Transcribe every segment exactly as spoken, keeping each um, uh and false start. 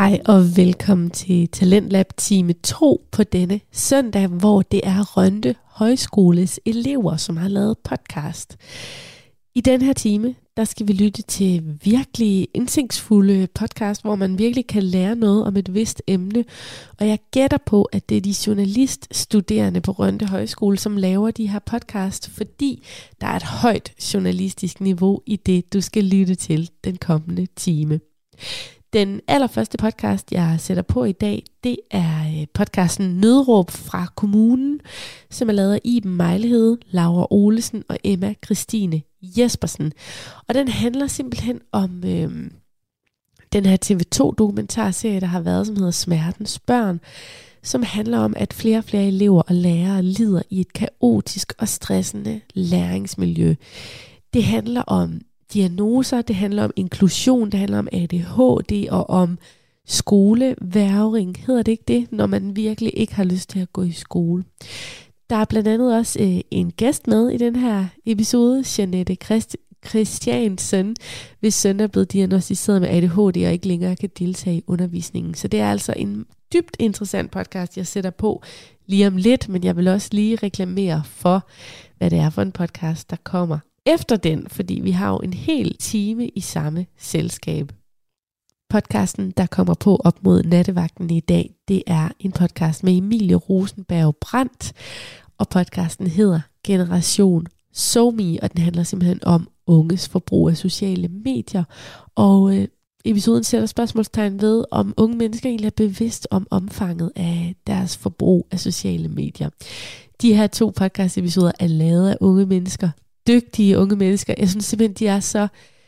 Hej og velkommen til Talentlab time to på denne søndag, hvor det er Rønde Højskoles elever, som har lavet podcast. I den her time, der skal vi lytte til virkelig indsigtsfulde podcast, hvor man virkelig kan lære noget om et vist emne. Og jeg gætter på, at det er de journaliststuderende på Rønde Højskole, som laver de her podcast, fordi der er et højt journalistisk niveau i det, du skal lytte til den kommende time. Den allerførste podcast, jeg sætter på i dag, det er podcasten Nødråb fra kommunen, som er lavet af Iben Mejlhede, Laura Olesen og Emma Christine Jespersen. Og den handler simpelthen om øh, den her T V to dokumentarserie, der har været, som hedder Smertens Børn, som handler om, at flere og flere elever og lærere lider i et kaotisk og stressende læringsmiljø. Det handler om diagnoser, det handler om inklusion, det handler om A D H D og om skolevægring, hedder det ikke det, når man virkelig ikke har lyst til at gå i skole. Der er blandt andet også øh, en gæst med i den her episode, Jeanette Christ- Christiansen, hvis søn er blevet diagnosticeret med A D H D og ikke længere kan deltage i undervisningen. Så det er altså en dybt interessant podcast, jeg sætter på lige om lidt, men jeg vil også lige reklamere for, hvad det er for en podcast, der kommer efter den, fordi vi har jo en hel time i samme selskab. Podcasten, der kommer på op mod nattevagten i dag, det er en podcast med Emilie Rosenberg Brandt, og podcasten hedder Generation SoMe, og den handler simpelthen om unges forbrug af sociale medier, og øh, episoden sætter spørgsmålstegn ved, om unge mennesker egentlig er bevidst om omfanget af deres forbrug af sociale medier. De her to podcast-episoder er lavet af unge mennesker, dygtige unge mennesker. Jeg synes simpelthen, de er så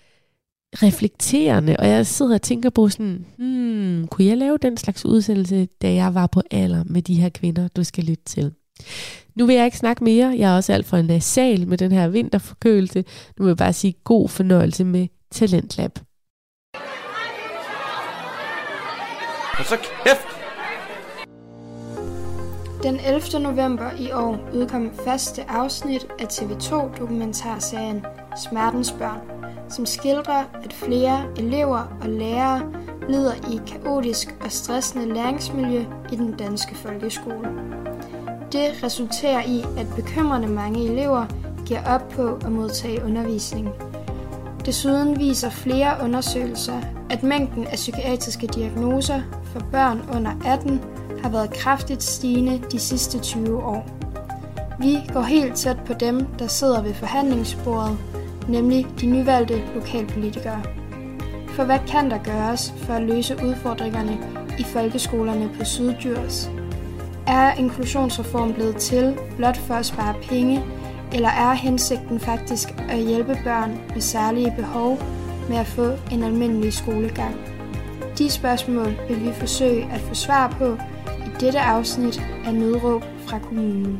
reflekterende, og jeg sidder og tænker på sådan, hmm, kunne jeg lave den slags udsendelse, da jeg var på alder med de her kvinder, du skal lytte til. Nu vil jeg ikke snakke mere. Jeg er også alt for en nasal med den her vinterforkølelse. Nu vil jeg bare sige god fornøjelse med Talentlab. Og så kæft! Den ellevte november i år udkom første afsnit af T V to dokumentarserien Smertens Børn, som skildrer, at flere elever og lærere lider i et kaotisk og stressende læringsmiljø i den danske folkeskole. Det resulterer i, at bekymrende mange elever giver op på at modtage undervisning. Desuden viser flere undersøgelser, at mængden af psykiatriske diagnoser for børn under atten har været kraftigt stigende de sidste tyve år. Vi går helt tæt på dem, der sidder ved forhandlingsbordet, nemlig de nyvalgte lokalpolitikere. For hvad kan der gøres for at løse udfordringerne i folkeskolerne på Syddjurs? Er inklusionsreform blevet til blot for at spare penge, eller er hensigten faktisk at hjælpe børn med særlige behov med at få en almindelig skolegang? De spørgsmål vil vi forsøge at få svar på i dette afsnit af Nødråb fra kommunen.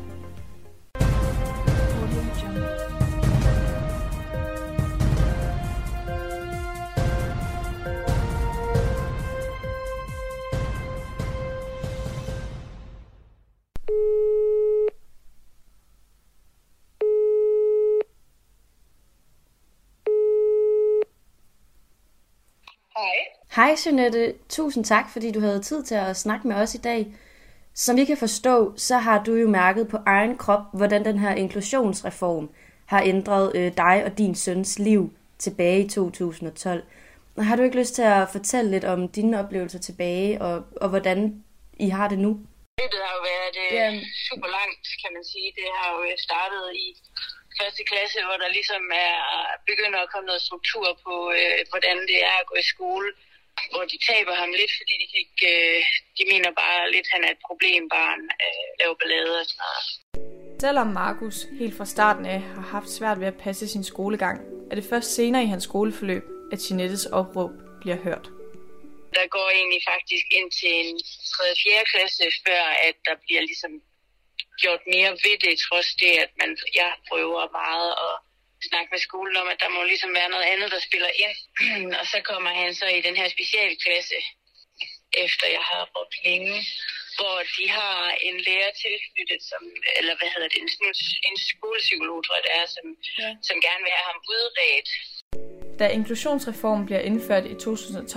Hej Jeanette, tusind tak, fordi du havde tid til at snakke med os i dag. Som vi kan forstå, så har du jo mærket på egen krop, hvordan den her inklusionsreform har ændret øh, dig og din søns liv tilbage i to tusind og tolv. Har du ikke lyst til at fortælle lidt om dine oplevelser tilbage, og, og hvordan I har det nu? Det har jo været øh, yeah. super langt, kan man sige. Det har jo startet i første klasse, hvor der ligesom er begynder at komme noget struktur på, øh, hvordan det er at gå i skole. Hvor de taber ham lidt, fordi de, ikke, øh, de mener bare lidt, at han er et problembarn, øh, laver ballade og sådan noget. Selvom Markus helt fra starten af har haft svært ved at passe sin skolegang, er det først senere i hans skoleforløb, at Jeanettes opråb bliver hørt. Der går egentlig faktisk ind til en tredje fjerde klasse, før at der bliver ligesom gjort mere ved det, trods det, at man, jeg prøver meget at snakke med skolen om, at der må ligesom være noget andet, der spiller ind. Og så kommer han så i den her specialklasse, efter jeg har brugt længe, hvor de har en lærer tilknyttet, som, eller hvad hedder det, en, en skolepsykolog, tror jeg det er, som, ja. som gerne vil have ham udredt. Da inklusionsreformen bliver indført i to tusind og tolv,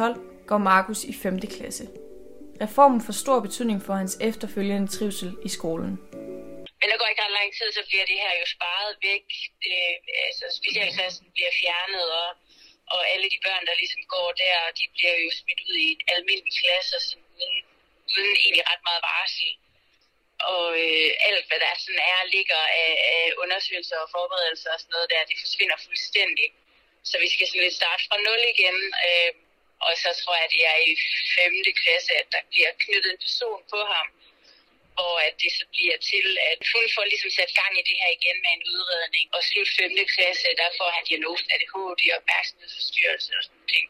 går Markus i femte klasse. Reformen får stor betydning for hans efterfølgende trivsel i skolen. Men der går ikke ret lang tid, så bliver det her jo sparet væk. Øh, altså specialklassen bliver fjernet, og, og alle de børn, der ligesom går der, de bliver jo smidt ud i almindelige klasser, sådan uden, uden egentlig ret meget varsel. Og øh, alt, hvad der sådan er, ligger af, af undersøgelser og forberedelser og sådan noget der, det forsvinder fuldstændig. Så vi skal sådan lidt starte fra nul igen. Øh, og så tror jeg, at det er i femte klasse, at der bliver knyttet en person på ham. Og at det så bliver til, at hun får ligesom sat gang i det her igen med en udredning. Og slut femte klasse, der får han diagnosen A D H D og opmærksomhedsforstyrrelse og sådan noget.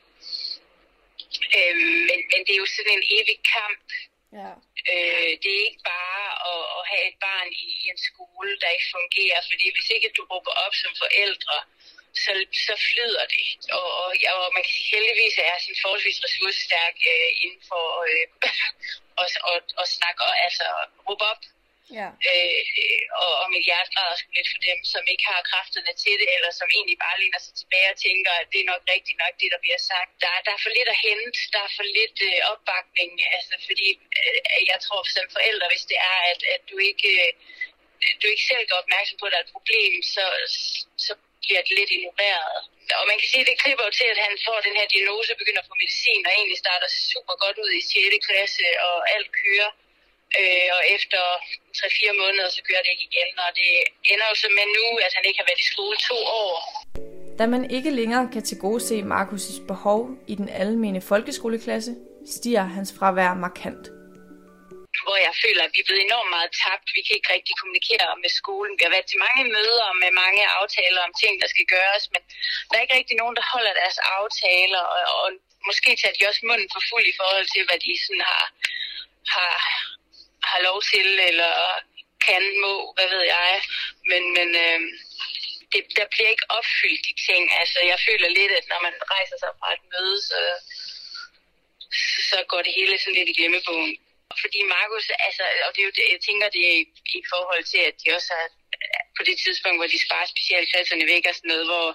Øh, men, men det er jo sådan en evig kamp. Ja. Øh, det er ikke bare at, at have et barn i, i en skole, der ikke fungerer. Fordi hvis ikke du råber op som forældre, så, så flyder det. Og, og, og man kan sige, heldigvis er jeg sådan forholdsvis ressourcestærk øh, inden for øh, at og, og snakke og altså råbe op. Ja. Øh, og, og mit hjerte græder sgu lidt for dem, som ikke har kræfterne til det, eller som egentlig bare læner sig tilbage og tænker, at det er nok rigtigt nok det, der bliver sagt. Der, der er for lidt at hente, der er for lidt øh, opbakning, altså fordi øh, jeg tror som forældre, hvis det er, at, at du ikke øh, du ikke selv gør opmærksom på, at der er et problem, så, så bliver det lidt ignoreret. Og man kan sige, at det klipper jo til, at han får den her diagnose, begynder at få medicin, og egentlig starter super godt ud i sjette klasse, og alt kører. Øh, og efter tre fire måneder, så kører det ikke igen, og det ender jo så med nu, at han ikke har været i skole to år. Da man ikke længere kan tilgodese Markus' behov i den almene folkeskoleklasse, stiger hans fravær markant. Hvor jeg føler, at vi er blevet enormt meget tabt. Vi kan ikke rigtig kommunikere med skolen. Vi har været til mange møder med mange aftaler om ting, der skal gøres, men der er ikke rigtig nogen, der holder deres aftaler, og, og måske tager de også munden for fuld i forhold til, hvad de sådan har, har, har lov til, eller kan, må, hvad ved jeg. Men, men øh, det, der bliver ikke opfyldt de ting. Altså, jeg føler lidt, at når man rejser sig fra et møde, så, så går det hele sådan lidt i glemmebogen. Fordi Markus, altså, og det er jo det, jeg tænker, det er i, i forhold til, at de også har på det tidspunkt, hvor de sparer specialklasserne væk og sådan noget, hvor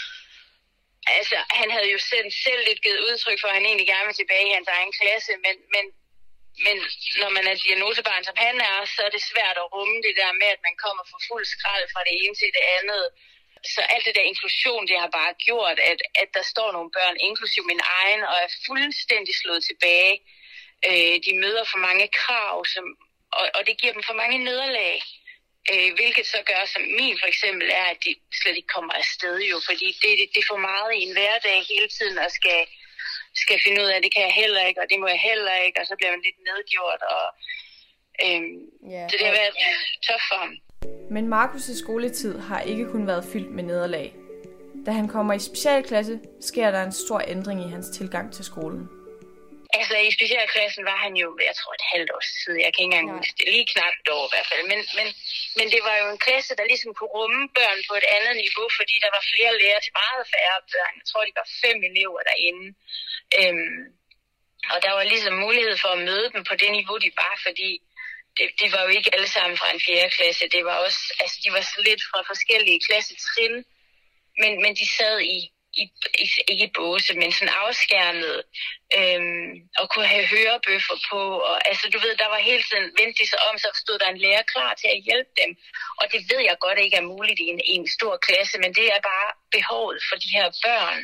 altså, han havde jo selv, selv lidt givet udtryk for, at han egentlig gerne vil tilbage i hans egen klasse, men, men, men når man er diagnosebarn, som han er, så er det svært at rumme det der med, at man kommer for fuld skrald fra det ene til det andet. Så alt det der inklusion, det har bare gjort, at, at der står nogle børn, inklusiv min egen, og er fuldstændig slået tilbage. De møder for mange krav, som, og, og det giver dem for mange nederlag. Øh, hvilket så gør, som min for eksempel er, at de slet ikke kommer afsted jo. Fordi det, det, det er for meget i en hverdag hele tiden, og skal, skal finde ud af, at det kan jeg heller ikke, og det må jeg heller ikke. Og så bliver man lidt nedgjort. Og, øh, yeah. Så det har været tøft for ham. Men Markus' skoletid har ikke kun været fyldt med nederlag. Da han kommer i specialklasse, sker der en stor ændring i hans tilgang til skolen. Altså i specialklassen var han jo, jeg tror et halvt års tid, jeg kan ikke engang huske det, lige knap et år i hvert fald. Men, men, men det var jo en klasse, der ligesom kunne rumme børn på et andet niveau, fordi der var flere lærere til meget færre børn. Jeg tror, de var fem elever derinde. Øhm, og der var ligesom mulighed for at møde dem på det niveau, de var, fordi det, det var jo ikke alle sammen fra en fjerde klasse. Det var også, altså de var så lidt fra forskellige klassetrin, men, men de sad i I, i, ikke i båse, men sådan afskærmet, øhm, og kunne have hørebøffer på, og altså du ved, der var hele tiden, vendte de sig om, så stod der en lærer klar til at hjælpe dem, og det ved jeg godt ikke er muligt i en, i en stor klasse, men det er bare behovet for de her børn,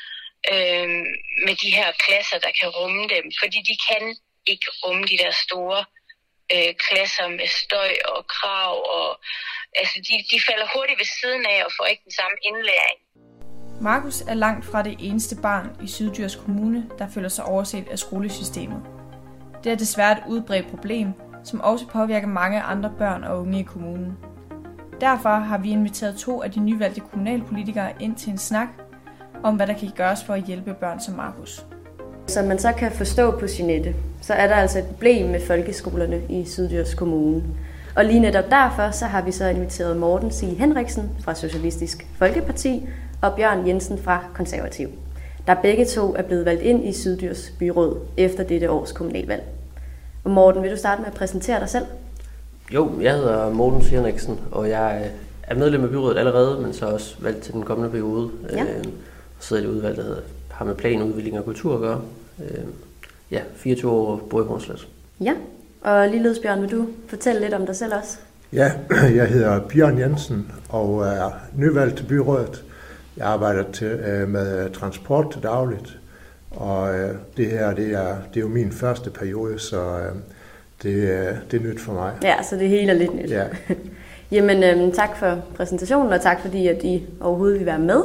øhm, med de her klasser, der kan rumme dem, fordi de kan ikke rumme de der store øh, klasser med støj og krav, og altså de, de falder hurtigt ved siden af og får ikke den samme indlæring. Markus er langt fra det eneste barn i Syddjurs Kommune, der føler sig overset af skolesystemet. Det er desværre et udbredt problem, som også påvirker mange andre børn og unge i kommunen. Derfor har vi inviteret to af de nyvalgte kommunalpolitikere ind til en snak om, hvad der kan gøres for at hjælpe børn som Markus. Som man så kan forstå på Jeanette, så er der altså et problem med folkeskolerne i Syddjurs Kommune. Og lige netop derfor så har vi så inviteret Morten C. Henriksen fra Socialistisk Folkeparti og Bjørn Jensen fra Konservativ, der begge to er blevet valgt ind i Syddjurs Byråd efter dette års kommunalvalg. Og Morten, vil du starte med at præsentere dig selv? Jo, jeg hedder Morten C. Henriksen, og jeg er medlem af byrådet allerede, men så også valgt til den kommende periode. Ja. Øh, og sidder i det udvalg, der hedder, har med plan, udvikling og kultur at gøre. Øh, ja, fireogtyve år bor i Hornslet. Ja, og ligeledes Bjørn, vil du fortælle lidt om dig selv også? Ja, jeg hedder Bjørn Jensen og er nyvalgt til byrådet. Jeg arbejder til, øh, med transport til dagligt, og øh, det her det er, det er jo min første periode, så øh, det, øh, det er nyt for mig. Ja, så det hele er lidt nyt. Ja. Jamen, øh, tak for præsentationen, og tak fordi, at I overhovedet vil være med.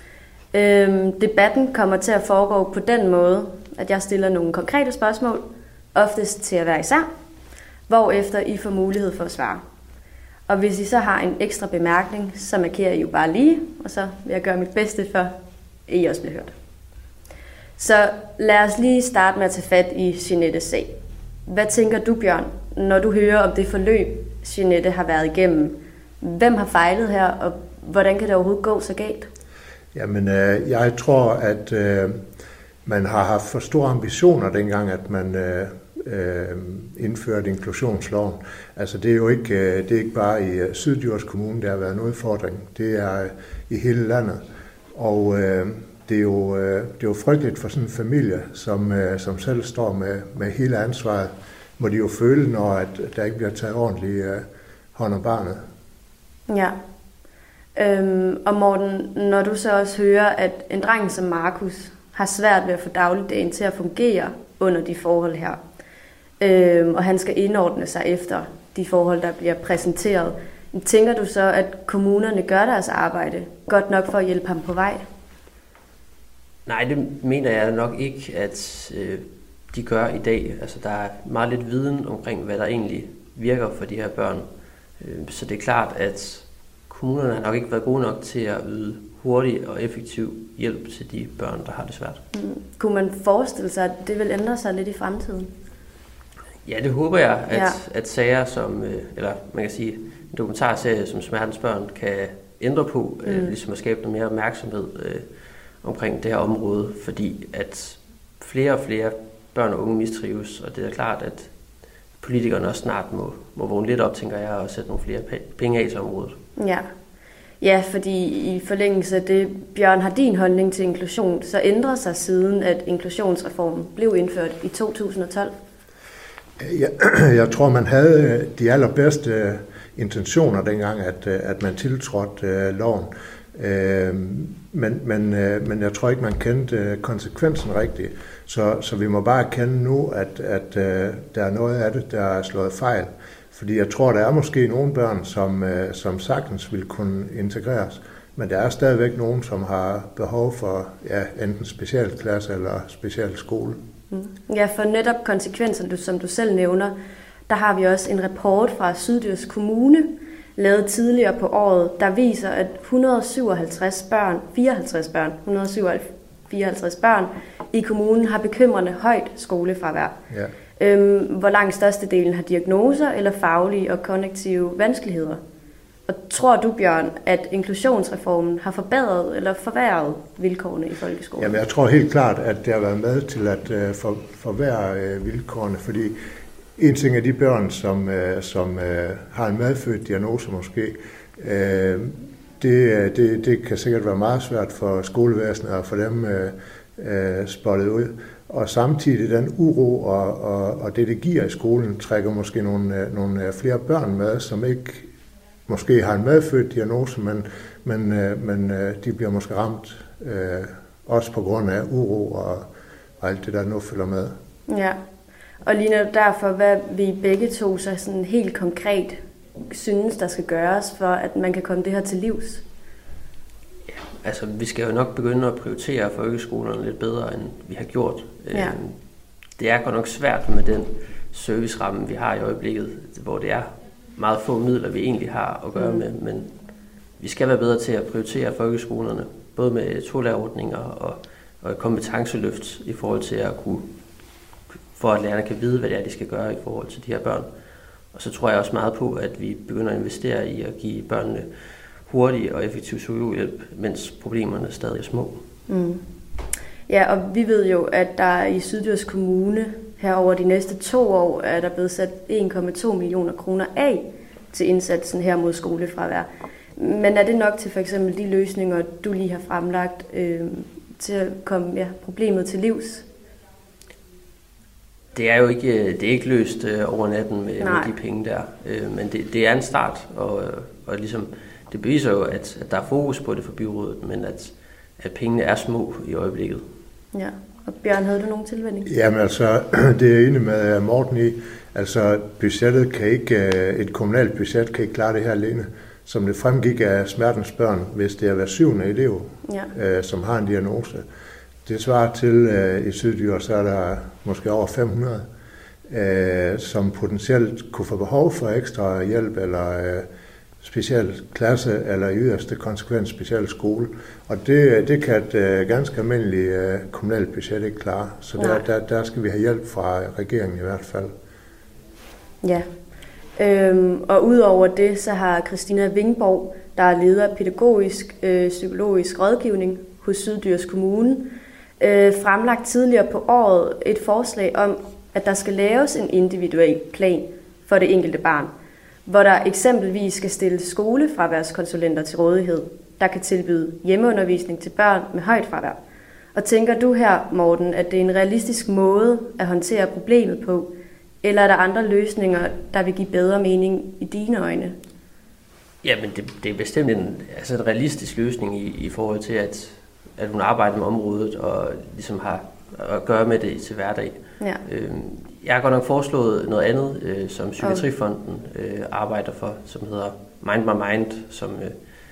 Øh, debatten kommer til at foregå på den måde, at jeg stiller nogle konkrete spørgsmål, oftest til at være især, hvorefter I får mulighed for at svare. Og hvis I så har en ekstra bemærkning, så markerer I jo bare lige, og så vil jeg gøre mit bedste for, at I også bliver hørt. Så lad os lige starte med at tage fat i Jeanettes sag. Hvad tænker du, Bjørn, når du hører om det forløb, Jeanette har været igennem? Hvem har fejlet her, og hvordan kan det overhovedet gå så galt? Jamen, øh, jeg tror, at øh, man har haft for store ambitioner dengang, at man øh, øh, indførte inklusionsloven. Altså, det er jo ikke, øh, det er ikke bare i Syddjurs Kommune, der har været en udfordring. Det er i hele landet. Og øh, det, er jo, øh, det er jo frygteligt for sådan en familie, som, øh, som selv står med, med hele ansvaret. Må de jo føle, når at der ikke bliver taget ordentligt øh, hånd om barnet. Ja. Øhm, og Morten, når du så også hører, at en dreng som Markus har svært ved at få dagligdagen til at fungere under de forhold her, øhm, og han skal indordne sig efter de forhold, der bliver præsenteret, tænker du så, at kommunerne gør deres arbejde godt nok for at hjælpe ham på vej? Nej, det mener jeg nok ikke, at øh, de gør i dag. Altså, der er meget lidt viden omkring, hvad der egentlig virker for de her børn. Øh, så det er klart, at kommunerne har nok ikke været gode nok til at yde hurtig og effektiv hjælp til de børn, der har det svært. Mm. Kunne man forestille sig, at det vil ændre sig lidt i fremtiden? Ja, det håber jeg, at, ja. at sager som, eller man kan sige, en dokumentarserie som Smertens Børn kan ændre på, mm. øh, ligesom at skabe noget mere opmærksomhed øh, omkring det her område, fordi at flere og flere børn og unge mistrives, og det er klart, at politikerne også snart må, må vågne lidt op, tænker jeg, og sætte nogle flere penge af til området. Ja. Ja, fordi i forlængelse af det, Bjørn, har din holdning til inklusion, så ændrer sig siden, at inklusionsreformen blev indført i to tusind og tolv? Jeg, jeg tror, man havde de allerbedste intentioner dengang, at, at man tiltrådte loven. Men, men, men jeg tror ikke, man kendte konsekvensen rigtigt. Så, så vi må bare kende nu, at, at der er noget af det, der er slået fejl. Fordi jeg tror, der er måske nogle børn, som, som sagtens vil kunne integreres, men der er stadigvæk nogen, som har behov for ja, enten specialklasse eller specialskole. Ja, for netop konsekvenserne, som du selv nævner, der har vi også en rapport fra Syddjurs Kommune, lavet tidligere på året, der viser, at et hundrede og syvoghalvtreds børn, fireoghalvtreds børn, et hundrede og fireoghalvtreds børn i kommunen har bekymrende højt skolefravær. Ja. Øhm, hvor langt størstedelen har diagnoser eller faglige og kognitive vanskeligheder. Og tror du, Bjørn, at inklusionsreformen har forbedret eller forværret vilkårene i folkeskolen? Jamen, jeg tror helt klart, at det har været med til at uh, for, forværre uh, vilkårene, fordi en ting er de børn, som, uh, som uh, har en medfødt diagnose måske, uh, det, det, det kan sikkert være meget svært for skolevæsenet at få dem uh, uh, spottet ud. Og samtidig den uro og, og, og det, det giver i skolen, trækker måske nogle, nogle flere børn med, som ikke måske har en medfødt diagnose, men, men, men de bliver måske ramt øh, også på grund af uro og, og alt det, der nu følger med. Ja, og lige netop derfor, hvad vi begge to så sådan helt konkret synes, der skal gøres, for at man kan komme det her til livs? Ja, altså vi skal jo nok begynde at prioritere folkeskolerne lidt bedre, end vi har gjort. Ja. Det er godt nok svært med den serviceramme, vi har i øjeblikket, hvor det er meget få midler, vi egentlig har at gøre mm. med, men vi skal være bedre til at prioritere folkeskolerne, både med tolærerordninger og, og et kompetenceløft i forhold til at kunne, for at lærerne kan vide, hvad det er, de skal gøre i forhold til de her børn. Og så tror jeg også meget på, at vi begynder at investere i at give børnene hurtig og effektiv psykologhjælp, mens problemerne stadig er små. Mm. Ja, og vi ved jo, at der i Syddjurs Kommune her over de næste to år er der blevet sat en komma to millioner kroner af til indsatsen her mod skolefravær. Men er det nok til for eksempel de løsninger, du lige har fremlagt øh, til at komme ja, problemet til livs? Det er jo ikke, det er ikke løst over natten med, med de penge der, men det, det er en start, og, og ligesom, det beviser jo, at, at der er fokus på det for byrådet, men at, at pengene er små i øjeblikket. Ja, og Bjørn, havde du nogen tilvænning? Jamen altså, det er jeg enig med Morten i. Altså, budgettet kan ikke, et kommunalt budget kan ikke klare det her alene. Som det fremgik af Smertens Børn, hvis det er hver syvende elev, ja. øh, som har en diagnose. Det svarer til, øh, i Syddjurs, så er der måske over fem hundrede, øh, som potentielt kunne få behov for ekstra hjælp, eller øh, speciel klasse, eller i yderste konsekvens speciel skole. Og det, det kan et øh, ganske almindeligt øh, kommunalt budget ikke klare. Så der, der, der skal vi have hjælp fra regeringen i hvert fald. Ja. Øhm, og udover det, så har Christina Vingborg, der er leder af pædagogisk øh, psykologisk rådgivning hos Syddjurs Kommune, øh, fremlagt tidligere på året et forslag om, at der skal laves en individuel plan for det enkelte barn, hvor der eksempelvis skal stilles skolefraværskonsulenter til rådighed, der kan tilbyde hjemmeundervisning til børn med højt fravær. Og tænker du her, Morten, at det er en realistisk måde at håndtere problemet på, eller er der andre løsninger, der vil give bedre mening i dine øjne? Jamen, det, det er bestemt en, altså en realistisk løsning i, i forhold til, at, at hun arbejder med området og ligesom har at gøre med det til hverdag. Ja. Øhm, jeg har godt nok foreslået noget andet, øh, som Psykiatrifonden øh, arbejder for, som hedder Mind My Mind, som øh,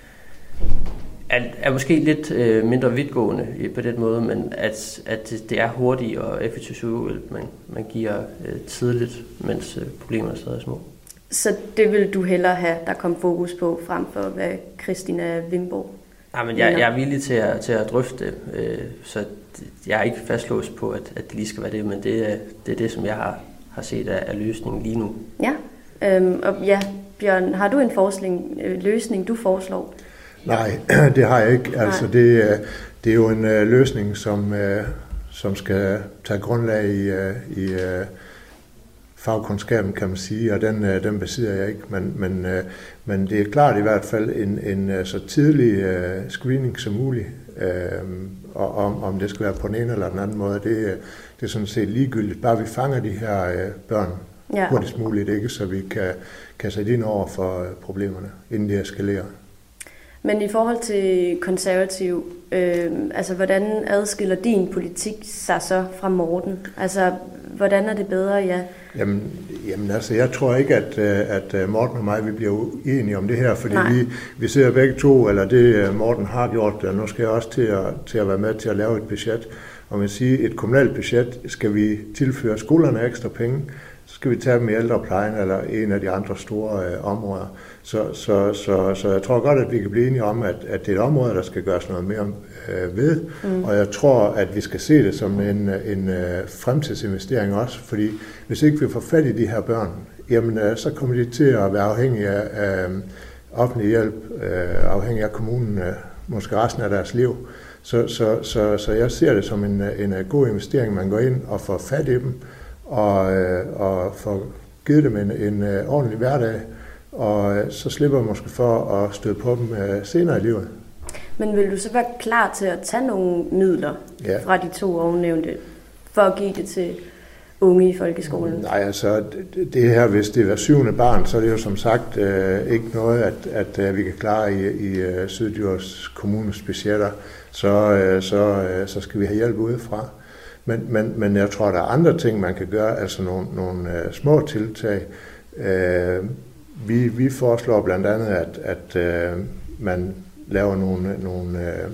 er, er måske lidt øh, mindre vidtgående på den måde, men at, at det er hurtig og effektiv psykologhjælp, man, man giver øh, tidligt, mens øh, problemerne stadig er små. Så det vil du hellere have, der kom fokus på, frem for hvad Christina Vingborg? Ja, men jeg, jeg er villig til at, til at drøfte det, øh, så jeg er ikke fastlåst på, at, at det lige skal være det, men det er det, er det som jeg har, har set af, af løsningen lige nu. Ja, øhm, og ja, Bjørn, har du en forskning, øh, løsning, du foreslår? Nej, det har jeg ikke. Altså, det, det er jo en uh, løsning, som, uh, som skal tage grundlag i, uh, i uh, fagkundskaben, kan man sige, og den, uh, den besidder jeg ikke. Men, men, uh, men det er klart i hvert fald en, en uh, så tidlig uh, screening som muligt. Uh, og om, om det skal være på den ene eller den anden måde, det, det er sådan set ligegyldigt. Bare vi fanger de her uh, børn ja. hurtigst muligt, ikke, så vi kan, kan sætte ind over for uh, problemerne, inden de eskalerer. Men i forhold til konservativ, øh, altså hvordan adskiller din politik sig så fra Morten? Altså, hvordan er det bedre, ja? Jamen, jamen altså, jeg tror ikke, at, at Morten og mig vi bliver uenige om det her, fordi vi, vi sidder begge to, eller det Morten har gjort, og nu skal jeg også til at, til at være med til at lave et budget. Og man siger, et kommunalt budget skal vi tilføre skolerne ekstra penge, så skal vi tage dem i ældreplejen eller en af de andre store øh, områder. Så, så, så, så jeg tror godt, at vi kan blive enige om, at, at det er et område, der skal gøres noget mere øh, ved. Mm. Og jeg tror, at vi skal se det som en, en øh, fremtidsinvestering også, fordi hvis ikke vi får fat i de her børn, jamen øh, så kommer de til at være afhængige af øh, offentlig hjælp, øh, afhængige af kommunen, øh, måske resten af deres liv. Så, så, så, så jeg ser det som en, en god investering, man går ind og får fat i dem, og, øh, og får givet dem en, en øh, ordentlig hverdag, og så slipper man måske for at støde på dem senere i livet. Men vil du så være klar til at tage nogle midler ja. fra de to ovennævnte, for at give det til unge i folkeskolen? Nej, altså det, det her, hvis det er hver syvende barn, så er det jo som sagt øh, ikke noget, at, at, at vi kan klare i, i uh, Syddjurs Kommunes budgetter, så, øh, så, øh, så skal vi have hjælp udefra. Men, men, men jeg tror, der er andre ting, man kan gøre, altså nogle, nogle øh, små tiltag. Øh, Vi, vi foreslår blandt andet, at, at øh, man laver nogle, nogle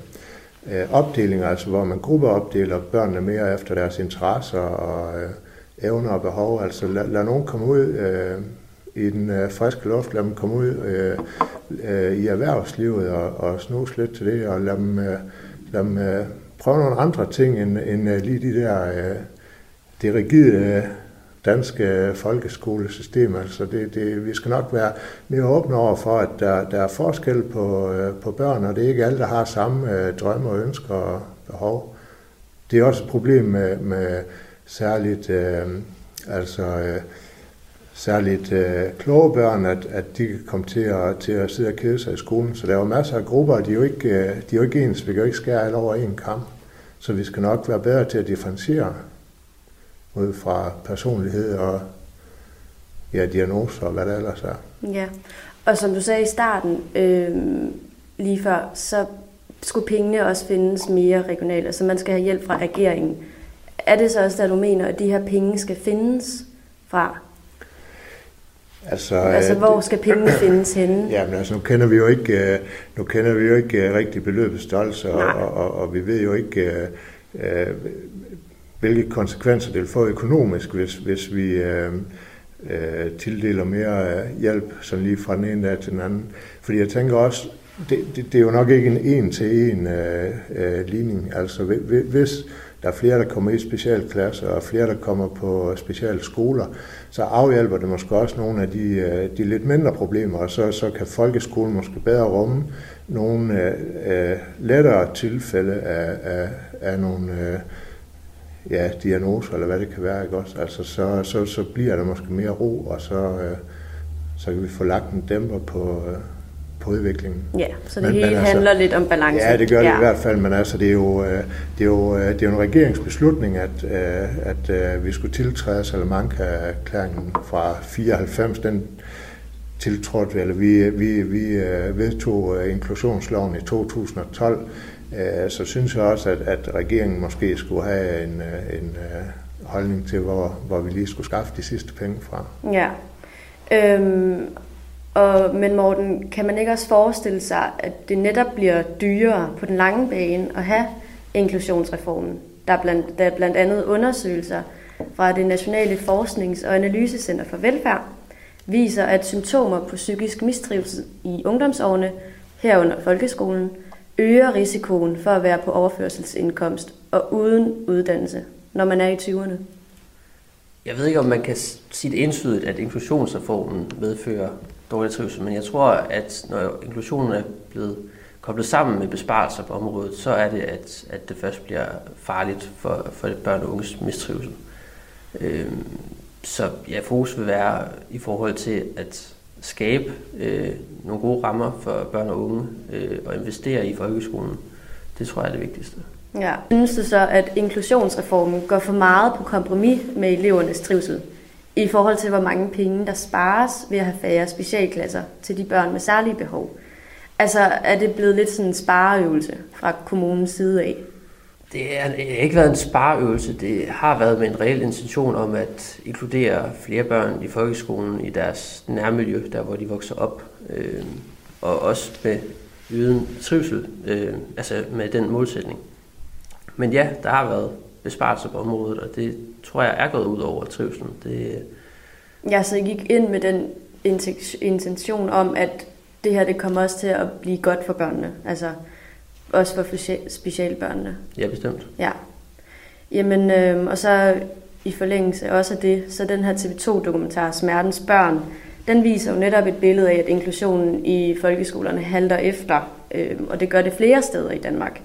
øh, opdelinger, altså hvor man gruppeopdeler børnene mere efter deres interesser og øh, evner og behov. Altså lad, lad nogen komme ud øh, i den øh, friske luft, lad dem komme ud øh, øh, i erhvervslivet og, og snuse lidt til det, og lad dem, øh, lad dem øh, prøve nogle andre ting end, end øh, lige de der øh, det rigide øh, danske folkeskolesystem. Altså det, det, vi skal nok være mere åbne over for, at der, der er forskel på, på børn, og det er ikke alle, der har samme øh, drømme og ønsker og behov. Det er også et problem med, med særligt, øh, altså, øh, særligt øh, kloge børn, at, at de kan komme til at, til at sidde og kede sig i skolen. Så der er jo masser af grupper, og de er jo ikke, de er jo ikke ens. Vi kan jo ikke skære alle over en kamp. Så vi skal nok være bedre til at differentiere ud fra personlighed og ja, diagnoser og hvad der ellers er. Ja, og som du sagde i starten, øh, lige før, så skulle pengene også findes mere regionalt, altså man skal have hjælp fra regeringen. Er det så også, der du mener, at de her penge skal findes fra? Altså, altså hvor skal pengene findes henne? Ja, men altså nu kender vi jo ikke, nu kender vi jo ikke rigtig beløbets størrelse, og, og, og vi ved jo ikke, øh, hvilke konsekvenser det vil få økonomisk, hvis, hvis vi øh, øh, tildeler mere hjælp sådan lige fra den ene dag til den anden. Fordi jeg tænker også, det, det, det er jo nok ikke en en-til-en øh, øh, ligning. Altså hvis der er flere, der kommer i specialklasser, og flere, der kommer på specielle skoler, så afhjælper det måske også nogle af de, de lidt mindre problemer, og så, så kan folkeskolen måske bedre rumme nogle øh, lettere tilfælde af, af, af nogle øh, ja, diagnoser, eller hvad det kan være, ikke også? Altså, så, så, så bliver der måske mere ro, og så, øh, så kan vi få lagt en dæmper på, øh, på udviklingen. Ja, så det men, hele men altså, handler lidt om balance. Ja, det gør det ja. i hvert fald, men altså, det er jo, det er jo, det er jo en regeringsbeslutning, at, at, at vi skulle tiltræde Salamanca-erklæringen fra fireoghalvfems, den tiltrådte, eller vi, vi, vi vedtog inklusionsloven i to tusind og tolv, så synes jeg også, at, at regeringen måske skulle have en, en holdning til, hvor, hvor vi lige skulle skaffe de sidste penge fra. Ja, øhm Og, men Morten, kan man ikke også forestille sig, at det netop bliver dyrere på den lange bane at have inklusionsreformen? Der er blandt, der er blandt andet undersøgelser fra det Nationale Forsknings- og Analysecenter for Velfærd, viser, at symptomer på psykisk mistrivsel i ungdomsårene, herunder folkeskolen, øger risikoen for at være på overførselsindkomst og uden uddannelse, når man er i tyverne. Jeg ved ikke, om man kan sige det entydigt, at inklusionsreformen medfører dårlig trivsel, men jeg tror, at når inklusionen er blevet koblet sammen med besparelser på området, så er det, at, at det først bliver farligt for, for børn og unges mistrivsel. Øhm, så ja, fokus vil være i forhold til at skabe øh, nogle gode rammer for børn og unge øh, og investere i folkeskolen. Det tror jeg er det vigtigste. Ja. Synes du så, at inklusionsreformen går for meget på kompromis med elevernes trivsel i forhold til, hvor mange penge der spares ved at have færre specialklasser til de børn med særlige behov? Altså, er det blevet lidt sådan en spareøvelse fra kommunens side af? Det har ikke været en spareøvelse. Det har været med en reel intention om at inkludere flere børn i folkeskolen i deres nærmiljø, der hvor de vokser op, øh, og også med uden trivsel, øh, altså med den målsætning. Men ja, der har været besparelser på området, og det tror jeg er gået ud over trivselen. Det... Ja, så I gik ind med den intention om, at det her det kommer også til at blive godt for børnene, altså også for specialbørnene. Ja, bestemt. Ja. Jamen, øh, og så i forlængelse også af det, så den her T V to-dokumentar, Smertens Børn, den viser jo netop et billede af, at inklusionen i folkeskolerne halter efter, øh, og det gør det flere steder i Danmark.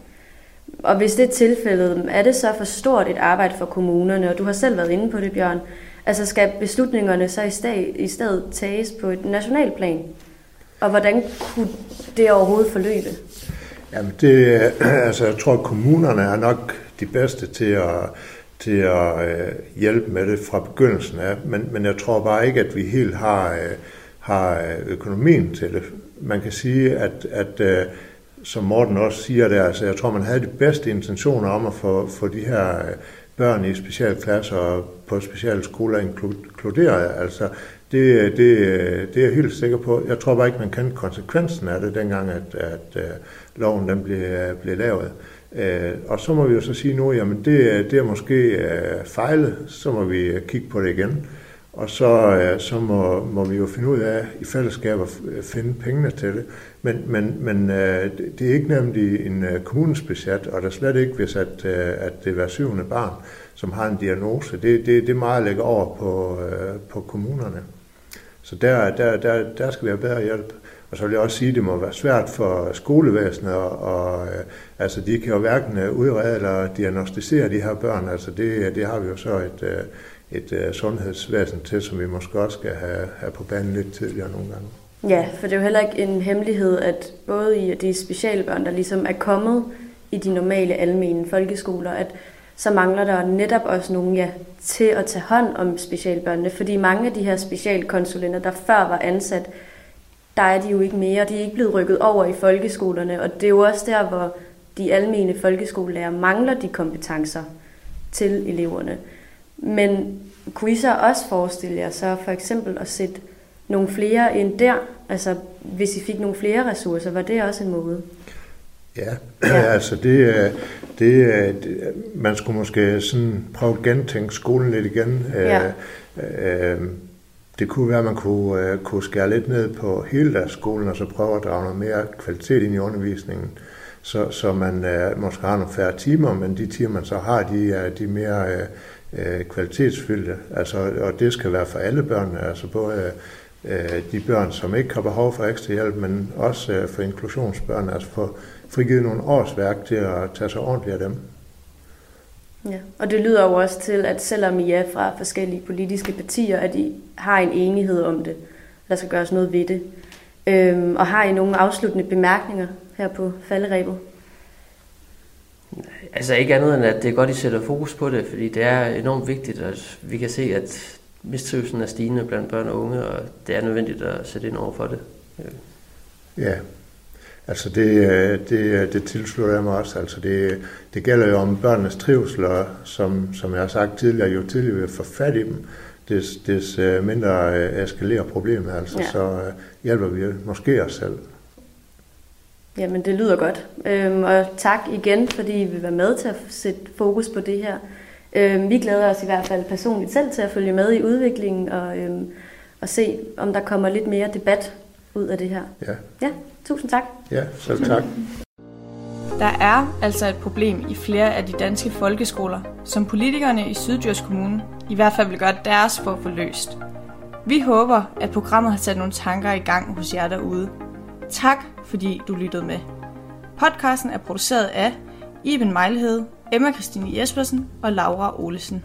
Og hvis det er tilfældet, er det så for stort et arbejde for kommunerne, og du har selv været inde på det, Bjørn, altså skal beslutningerne så i stedet, i stedet tages på et nationalt plan? Og hvordan kunne det overhovedet forløbe? Jamen det, altså jeg tror, at kommunerne er nok de bedste til at, til at øh, hjælpe med det fra begyndelsen af, men, men jeg tror bare ikke, at vi helt har, øh, har økonomien til det. Man kan sige, at, at øh, som Morten også siger der, altså jeg tror, man havde de bedste intentioner om at få, få de her børn i specialklasser og på specielle skoler inkluderet. Altså det, det, det er jeg helt sikker på. Jeg tror bare ikke, man kendte konsekvensen af det, dengang at, at, at loven den blev, blev lavet. Og så må vi jo så sige nu, jamen det, det er måske fejlet, så må vi kigge på det igen. Og så, så må, må vi jo finde ud af i fællesskab at finde pengene til det. Men, men, men det er ikke nemt i en kommunens budget, og der slet ikke, hvis at, at det er hver syvende barn, som har en diagnose. Det, det, det er meget at lægge over på, på kommunerne. Så der, der, der, der skal vi have bedre hjælp. Og så vil jeg også sige, at det må være svært for skolevæsenet, og, og altså de kan jo hverken udrede eller diagnostisere de her børn. Altså det, det har vi jo så et, et sundhedsvæsen til, som vi måske også skal have, have på banen lidt tidligere nogle gange. Ja, for det er jo heller ikke en hemmelighed, at både i de specialbørn, der ligesom er kommet i de normale almene folkeskoler, at så mangler der netop også nogen ja, til at tage hånd om specialbørnene, fordi mange af de her specialkonsulenter, der før var ansat, der er de jo ikke mere, de er ikke blevet rykket over i folkeskolerne, og det er jo også der, hvor de almene folkeskolelærer mangler de kompetencer til eleverne. Men kunne I så også forestille jer så for eksempel at sætte nogle flere ind der, altså hvis I fik nogle flere ressourcer, var det også en måde? Ja, ja. altså det, det, det, man skulle måske sådan prøve at gentænke skolen lidt igen. Ja. Det kunne være, at man kunne, kunne skære lidt ned på hele deres skolen, og så prøve at drage noget mere kvalitet ind i undervisningen, så, så man måske har nogle færre timer, men de timer, man så har, de er de mere kvalitetsfyldte. Altså, og det skal være for alle børn, altså både de børn, som ikke har behov for ekstra hjælp, men også for inklusionsbørn, altså for frigivet nogle årsværk til at tage sig ordentligt af dem. Ja, og det lyder jo også til, at selvom I er fra forskellige politiske partier, at I har en enighed om det, der skal gøres noget ved det. Øhm, og har I nogle afsluttende bemærkninger her på falderebet? Altså ikke andet end, at det er godt, I sætter fokus på det, fordi det er enormt vigtigt, at vi kan se, at mistrivselen er stigende blandt børn og unge, og det er nødvendigt at sætte ind over for det. Ja, altså det, det, det tilslutter jeg mig også. Altså det, det gælder jo om børnenes trivsel, og som, som jeg har sagt tidligere, jo tidligere vi får fat i dem, des, des mindre eskalerer problemet, altså ja. Så hjælper vi måske os selv. Jamen det lyder godt, øhm, og tak igen, fordi I vil være med til at sætte fokus på det her. Øhm, vi glæder os i hvert fald personligt selv til at følge med i udviklingen og, øhm, og se, om der kommer lidt mere debat ud af det her. Ja. Ja, tusind tak. Ja, selv tak. Der er altså et problem i flere af de danske folkeskoler, som politikerne i Syddjurs Kommune i hvert fald vil gøre deres for at få løst. Vi håber, at programmet har sat nogle tanker i gang hos jer derude. Tak, fordi du lyttede med. Podcasten er produceret af Iben Mejlhede, Emma Christine Jespersen og Laura Olesen.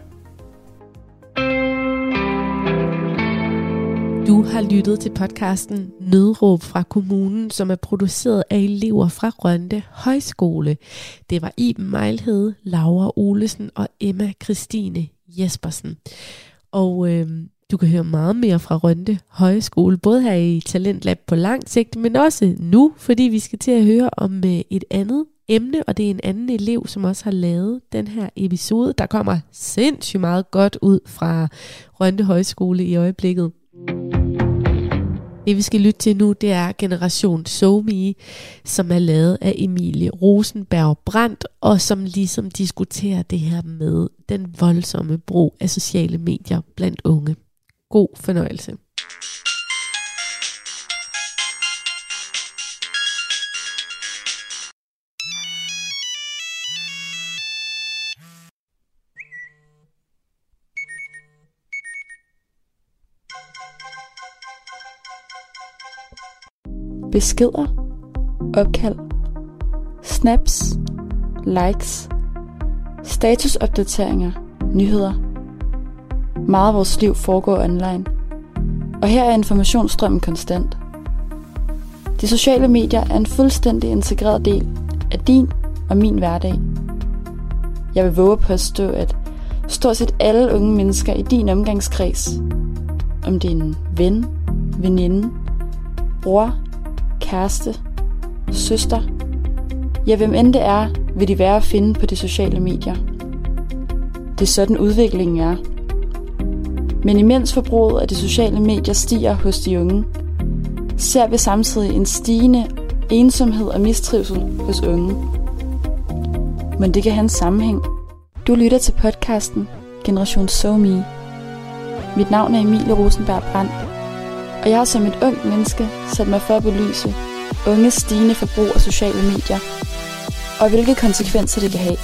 Du har lyttet til podcasten Nødråb fra kommunen, som er produceret af elever fra Rønde Højskole. Det var Iben Mejlhede, Laura Olesen og Emma Christine Jespersen. Og øh, du kan høre meget mere fra Rønde Højskole, både her i Talentlab på lang sigt, men også nu, fordi vi skal til at høre om øh, et andet emne, og det er en anden elev, som også har lavet den her episode. Der kommer sindssygt meget godt ud fra Rønde Højskole i øjeblikket. Det vi skal lytte til nu, det er Generation SoMe, som er lavet af Emilie Rosenberg Brandt, og som ligesom diskuterer det her med den voldsomme brug af sociale medier blandt unge. God fornøjelse. Beskeder, opkald, snaps, likes, statusopdateringer, nyheder. Meget af vores liv foregår online, og her er informationsstrømmen konstant. De sociale medier er en fuldstændig integreret del af din og min hverdag. Jeg vil våge på at påstå, at stort set alle unge mennesker i din omgangskreds, om det er en ven, veninde, bror, kæreste, søster, ja hvem end det er, vil de være at finde på de sociale medier. Det er sådan udviklingen er. Men imens forbruget af de sociale medier stiger hos de unge, ser vi samtidig en stigende ensomhed og mistrivsel hos unge. Men det kan have en sammenhæng. Du lytter til podcasten Generation SoMe. Mit navn er Emilie Rosenberg Brandt, og jeg har som et ungt menneske sat mig for at belyse unges stigende forbrug af sociale medier, og hvilke konsekvenser det kan have.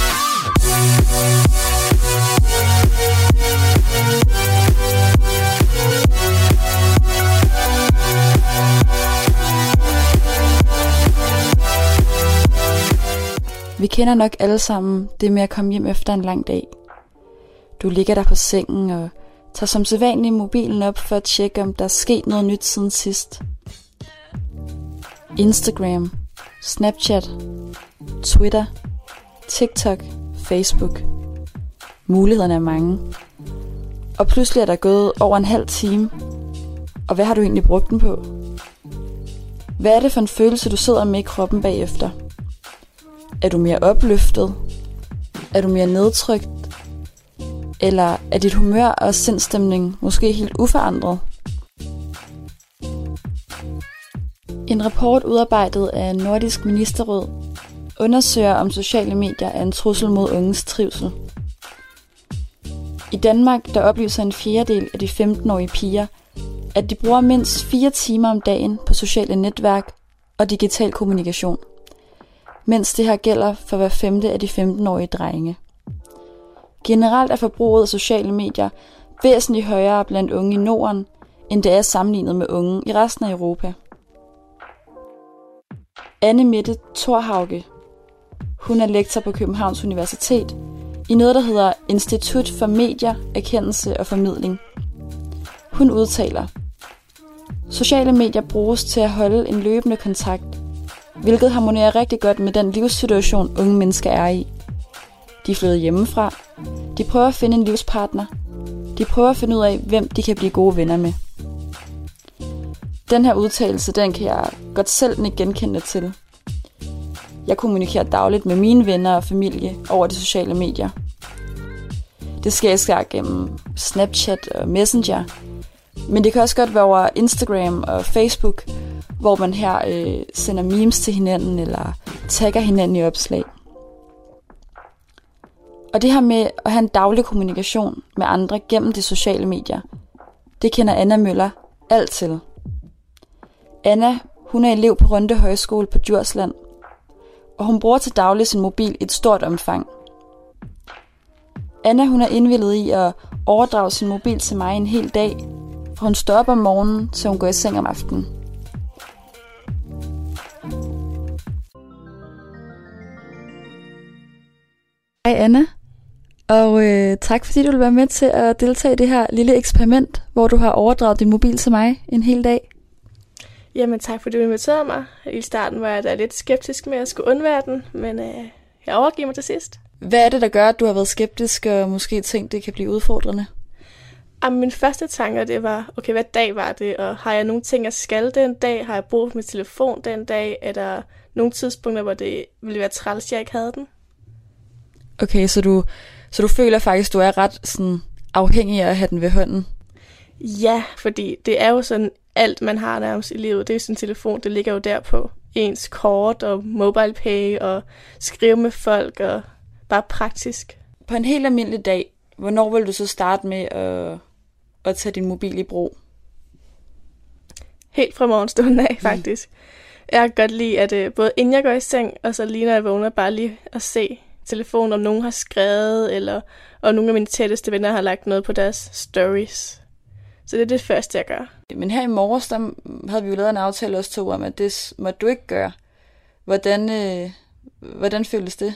Vi kender nok alle sammen det med at komme hjem efter en lang dag. Du ligger der på sengen og tager som sædvanligt mobilen op for at tjekke, om der er sket noget nyt siden sidst. Instagram, Snapchat, Twitter, TikTok, Facebook. Mulighederne er mange. Og pludselig er der gået over en halv time. Og hvad har du egentlig brugt den på? Hvad er det for en følelse, du sidder med i kroppen bagefter? Er du mere opløftet? Er du mere nedtrykt? Eller er dit humør og sindstemning måske helt uforandret? En rapport udarbejdet af Nordisk Ministerråd undersøger, om sociale medier er en trussel mod unges trivsel. I Danmark der oplyser en fjerdedel af de femten-årige piger, at de bruger mindst fire timer om dagen på sociale netværk og digital kommunikation, mens det her gælder for hver femte af de femten-årige drenge. Generelt er forbruget af sociale medier væsentligt højere blandt unge i Norden, end det er sammenlignet med unge i resten af Europa. Anne Mette Thorhauge, hun er lektor på Københavns Universitet i noget, der hedder Institut for Medier, Erkendelse og Formidling. Hun udtaler: sociale medier bruges til at holde en løbende kontakt, hvilket harmonerer rigtig godt med den livssituation, unge mennesker er i. De er flyttet hjemmefra. De prøver at finde en livspartner. De prøver at finde ud af, hvem de kan blive gode venner med. Den her udtalelse, den kan jeg godt selv ikke genkende til. Jeg kommunikerer dagligt med mine venner og familie over de sociale medier. Det sker især gennem Snapchat og Messenger, men det kan også godt være over Instagram og Facebook, hvor man her øh, sender memes til hinanden eller tagger hinanden i opslag. Og det her med at have en daglig kommunikation med andre gennem de sociale medier, det kender Anna Møller alt til. Anna, hun er elev på Rønde Højskole på Djursland, og hun bruger til daglig sin mobil i et stort omfang. Anna, hun er indvillet i at overdrage sin mobil til mig en hel dag, for hun står op om morgenen, så hun går i seng om aftenen. Hej Anna, og øh, tak fordi du vil være med til at deltage i det her lille eksperiment, hvor du har overdraget din mobil til mig en hel dag. Jamen tak fordi du inviterede mig. I starten var jeg da lidt skeptisk med at skulle undvære den, men øh, jeg overgiver mig til sidst. Hvad er det, der gør, at du har været skeptisk og måske tænkt, det kan blive udfordrende? Jamen, min første tanke, det var, okay, hvad dag var det? Og har jeg nogle ting, jeg skal den dag? Har jeg brug for min telefon den dag? Er der nogle tidspunkter, hvor det ville være træls, jeg ikke havde den? Okay, så du, så du føler faktisk, du er ret sådan, afhængig af at have den ved hånden? Ja, fordi det er jo sådan, alt man har nærmest i livet, det er jo sådan en telefon, det ligger jo derpå. Ens kort og MobilePay og skrive med folk og bare praktisk. På en helt almindelig dag, hvornår vil du så starte med at, at tage din mobil i brug? Helt fra morgenstunden af, faktisk. Mm. Jeg kan godt lide, at uh, både inden jeg går i seng, og så lige når jeg vågner, bare lige at se telefonen, om nogen har skrevet, eller om nogle af mine tætteste venner har lagt noget på deres stories. Så det er det første, jeg gør. Men her i morges, der havde vi jo lavet en aftale også to om, at det må du ikke gøre. Hvordan, øh, hvordan føles det?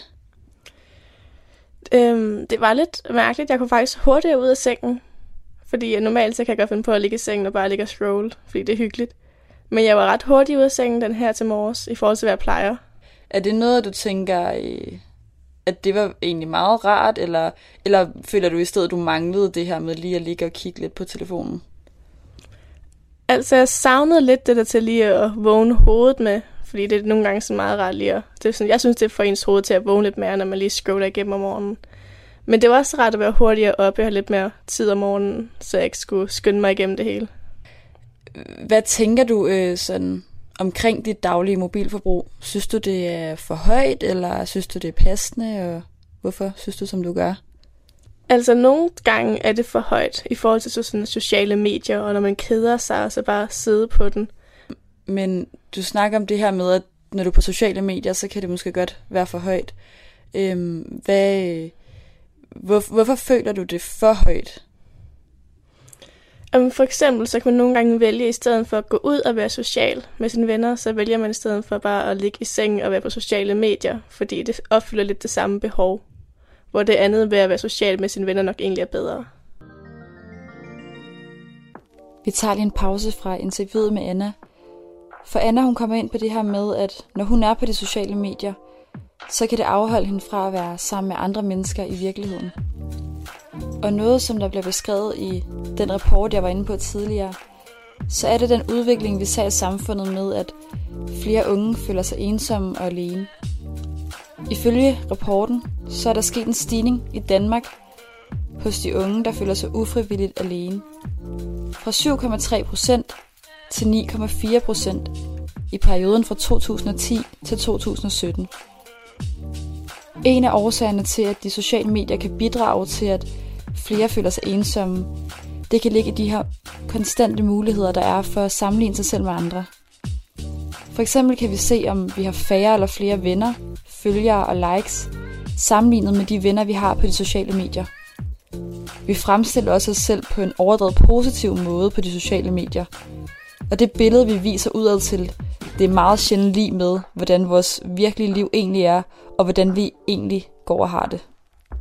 Øhm, det var lidt mærkeligt. Jeg kunne faktisk hurtigere ud af sengen. Fordi normalt så kan jeg godt finde på at ligge i sengen og bare ligge og scroll, fordi det er hyggeligt. Men jeg var ret hurtig ud af sengen den her til morges, i forhold til hvad jeg plejer. Er det noget, du tænker, at det var egentlig meget rart, eller, eller føler du i stedet, du manglede det her med lige at ligge og kigge lidt på telefonen? Altså, jeg savnede lidt det der til lige at vågne hovedet med, fordi det er nogle gange sådan meget rart lige at, det er sådan, jeg synes, det er for ens hoved til at vågne lidt mere, når man lige scroller igennem om morgenen. Men det var også rart at være hurtigere oppe og have lidt mere tid om morgenen, så jeg ikke skulle skynde mig igennem det hele. Hvad tænker du øh, sådan omkring dit daglige mobilforbrug? Synes du, det er for højt, eller synes du, det er passende, og hvorfor synes du, som du gør? Altså, nogle gange er det for højt i forhold til sådan sociale medier, og når man keder sig, så bare sidde på den. Men du snakker om det her med, at når du er på sociale medier, så kan det måske godt være for højt. Øhm, hvad, hvor, hvorfor føler du det for højt? Um, for eksempel, så kan man nogle gange vælge, i stedet for at gå ud og være social med sine venner, så vælger man i stedet for bare at ligge i sengen og være på sociale medier, fordi det opfylder lidt det samme behov, hvor det andet ved at være social med sine venner nok egentlig er bedre. Vi tager lige en pause fra interviewet med Anna. For Anna, hun kommer ind på det her med, at når hun er på de sociale medier, så kan det afholde hende fra at være sammen med andre mennesker i virkeligheden. og noget, som der bliver beskrevet i den rapport, jeg var inde på tidligere, så er det den udvikling, vi ser i samfundet med, at flere unge føler sig ensomme og alene. Ifølge rapporten, så er der sket en stigning i Danmark hos de unge, der føler sig ufrivilligt alene. Fra syv komma tre procent til ni komma fire procent i perioden fra to tusind og ti til to tusind og sytten. En af årsagerne til, at de sociale medier kan bidrage til, at flere føler sig ensomme, det kan ligge i de her konstante muligheder, der er for at sammenligne sig selv med andre. For eksempel kan vi se, om vi har færre eller flere venner, følgere og likes, sammenlignet med de venner, vi har på de sociale medier. Vi fremstiller også os selv på en overdrevet positiv måde på de sociale medier. Og det billede, vi viser udad til, det er meget sjældent lige med, hvordan vores virkelige liv egentlig er, og hvordan vi egentlig går og har det.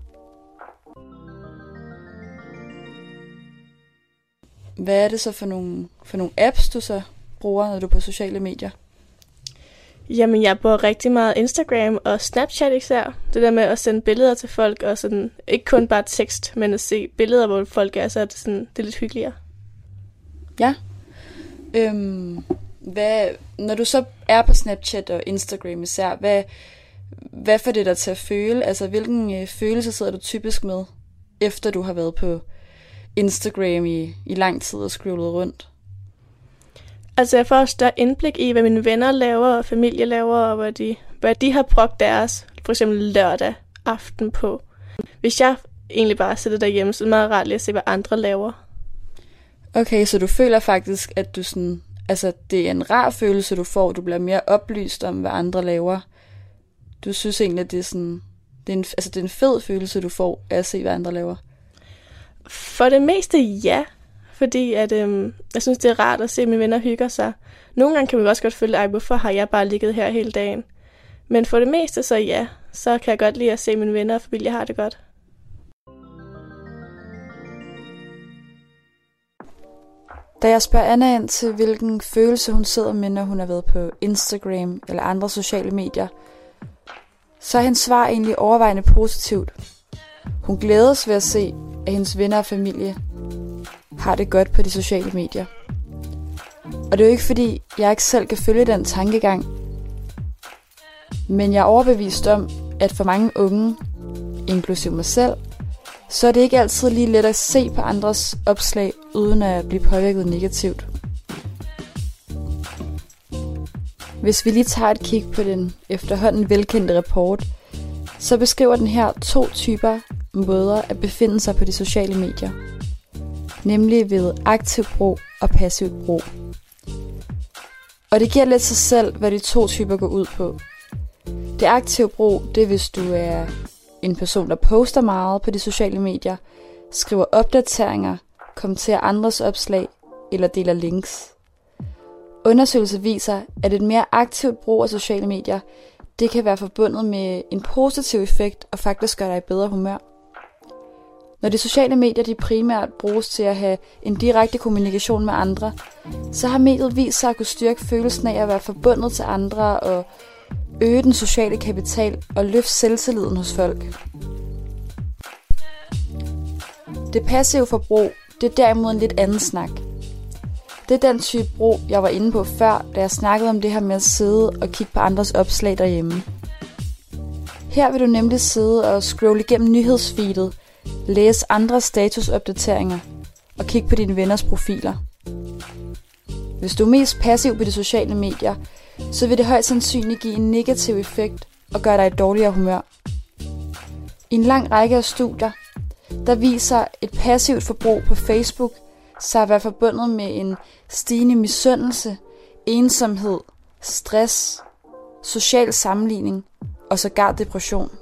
Hvad er det så for nogle, for nogle apps, du så bruger, når du er på sociale medier? Jamen, jeg bruger rigtig meget Instagram og Snapchat især. Det der med at sende billeder til folk, og sådan, ikke kun bare tekst, men at se billeder, hvor folk er, så er det, sådan, det er lidt hyggeligere. Ja. Øhm, hvad, når du så er på Snapchat og Instagram især, hvad, hvad får det dig til at føle? Altså, hvilken øh, følelse sidder du typisk med, efter du har været på Instagram i, i lang tid og scrollet rundt? Altså, jeg får større indblik i, hvad mine venner laver og familie laver, og hvad de, hvad de har brugt deres, for eksempel lørdag aften på. Hvis jeg egentlig bare sidder derhjemme, så er det meget rart lige at se, hvad andre laver. Okay, så du føler faktisk, at du sådan, altså, det er en rar følelse, du får. Du bliver mere oplyst om, hvad andre laver. Du synes egentlig, at det er sådan, det er en, altså, det er en fed følelse, du får af at se, hvad andre laver. For det meste ja, fordi at, øhm, jeg synes, det er rart at se, at mine venner hygger sig. Nogle gange kan man også godt føle, ej, hvorfor har jeg bare ligget her hele dagen? Men for det meste så ja, så kan jeg godt lide at se, at mine venner og familie har det godt. Da jeg spørger Anna ind til, hvilken følelse hun sidder med, når hun har været på Instagram eller andre sociale medier, så er hendes svar egentlig overvejende positivt. Hun glædes ved at se, at hendes venner og familie har det godt på de sociale medier. Og det er jo ikke fordi, jeg ikke selv kan følge den tankegang, men jeg er overbevist om, at for mange unge, inklusive mig selv, så er det ikke altid lige let at se på andres opslag, uden at blive påvirket negativt. Hvis vi lige tager et kig på den efterhånden velkendte rapport, så beskriver den her to typer måder at befinde sig på de sociale medier. Nemlig ved aktiv brug og passivt brug. Og det giver lidt sig selv, hvad de to typer går ud på. Det aktive brug, det er hvis du er en person, der poster meget på de sociale medier, skriver opdateringer, kommenterer andres opslag eller deler links. Undersøgelser viser, at et mere aktivt brug af sociale medier, det kan være forbundet med en positiv effekt og faktisk gøre dig i bedre humør. Når de sociale medier de primært bruges til at have en direkte kommunikation med andre, så har mediet vist sig at kunne styrke følelsen af at være forbundet til andre og øge den sociale kapital og løfte selvtilliden hos folk. Det passive forbrug, det er derimod en lidt anden snak. Det er den type brug, jeg var inde på før, da jeg snakkede om det her med at sidde og kigge på andres opslag derhjemme. Her vil du nemlig sidde og scrolle igennem nyhedsfeedet, læse andres statusopdateringer og kigge på dine venners profiler. Hvis du er mest passiv på de sociale medier, så vil det højst sandsynligt give en negativ effekt og gøre dig i dårligere humør. I en lang række af studier, der viser et passivt forbrug på Facebook sig at være forbundet med en stigende misundelse, ensomhed, stress, social sammenligning og sågar depression.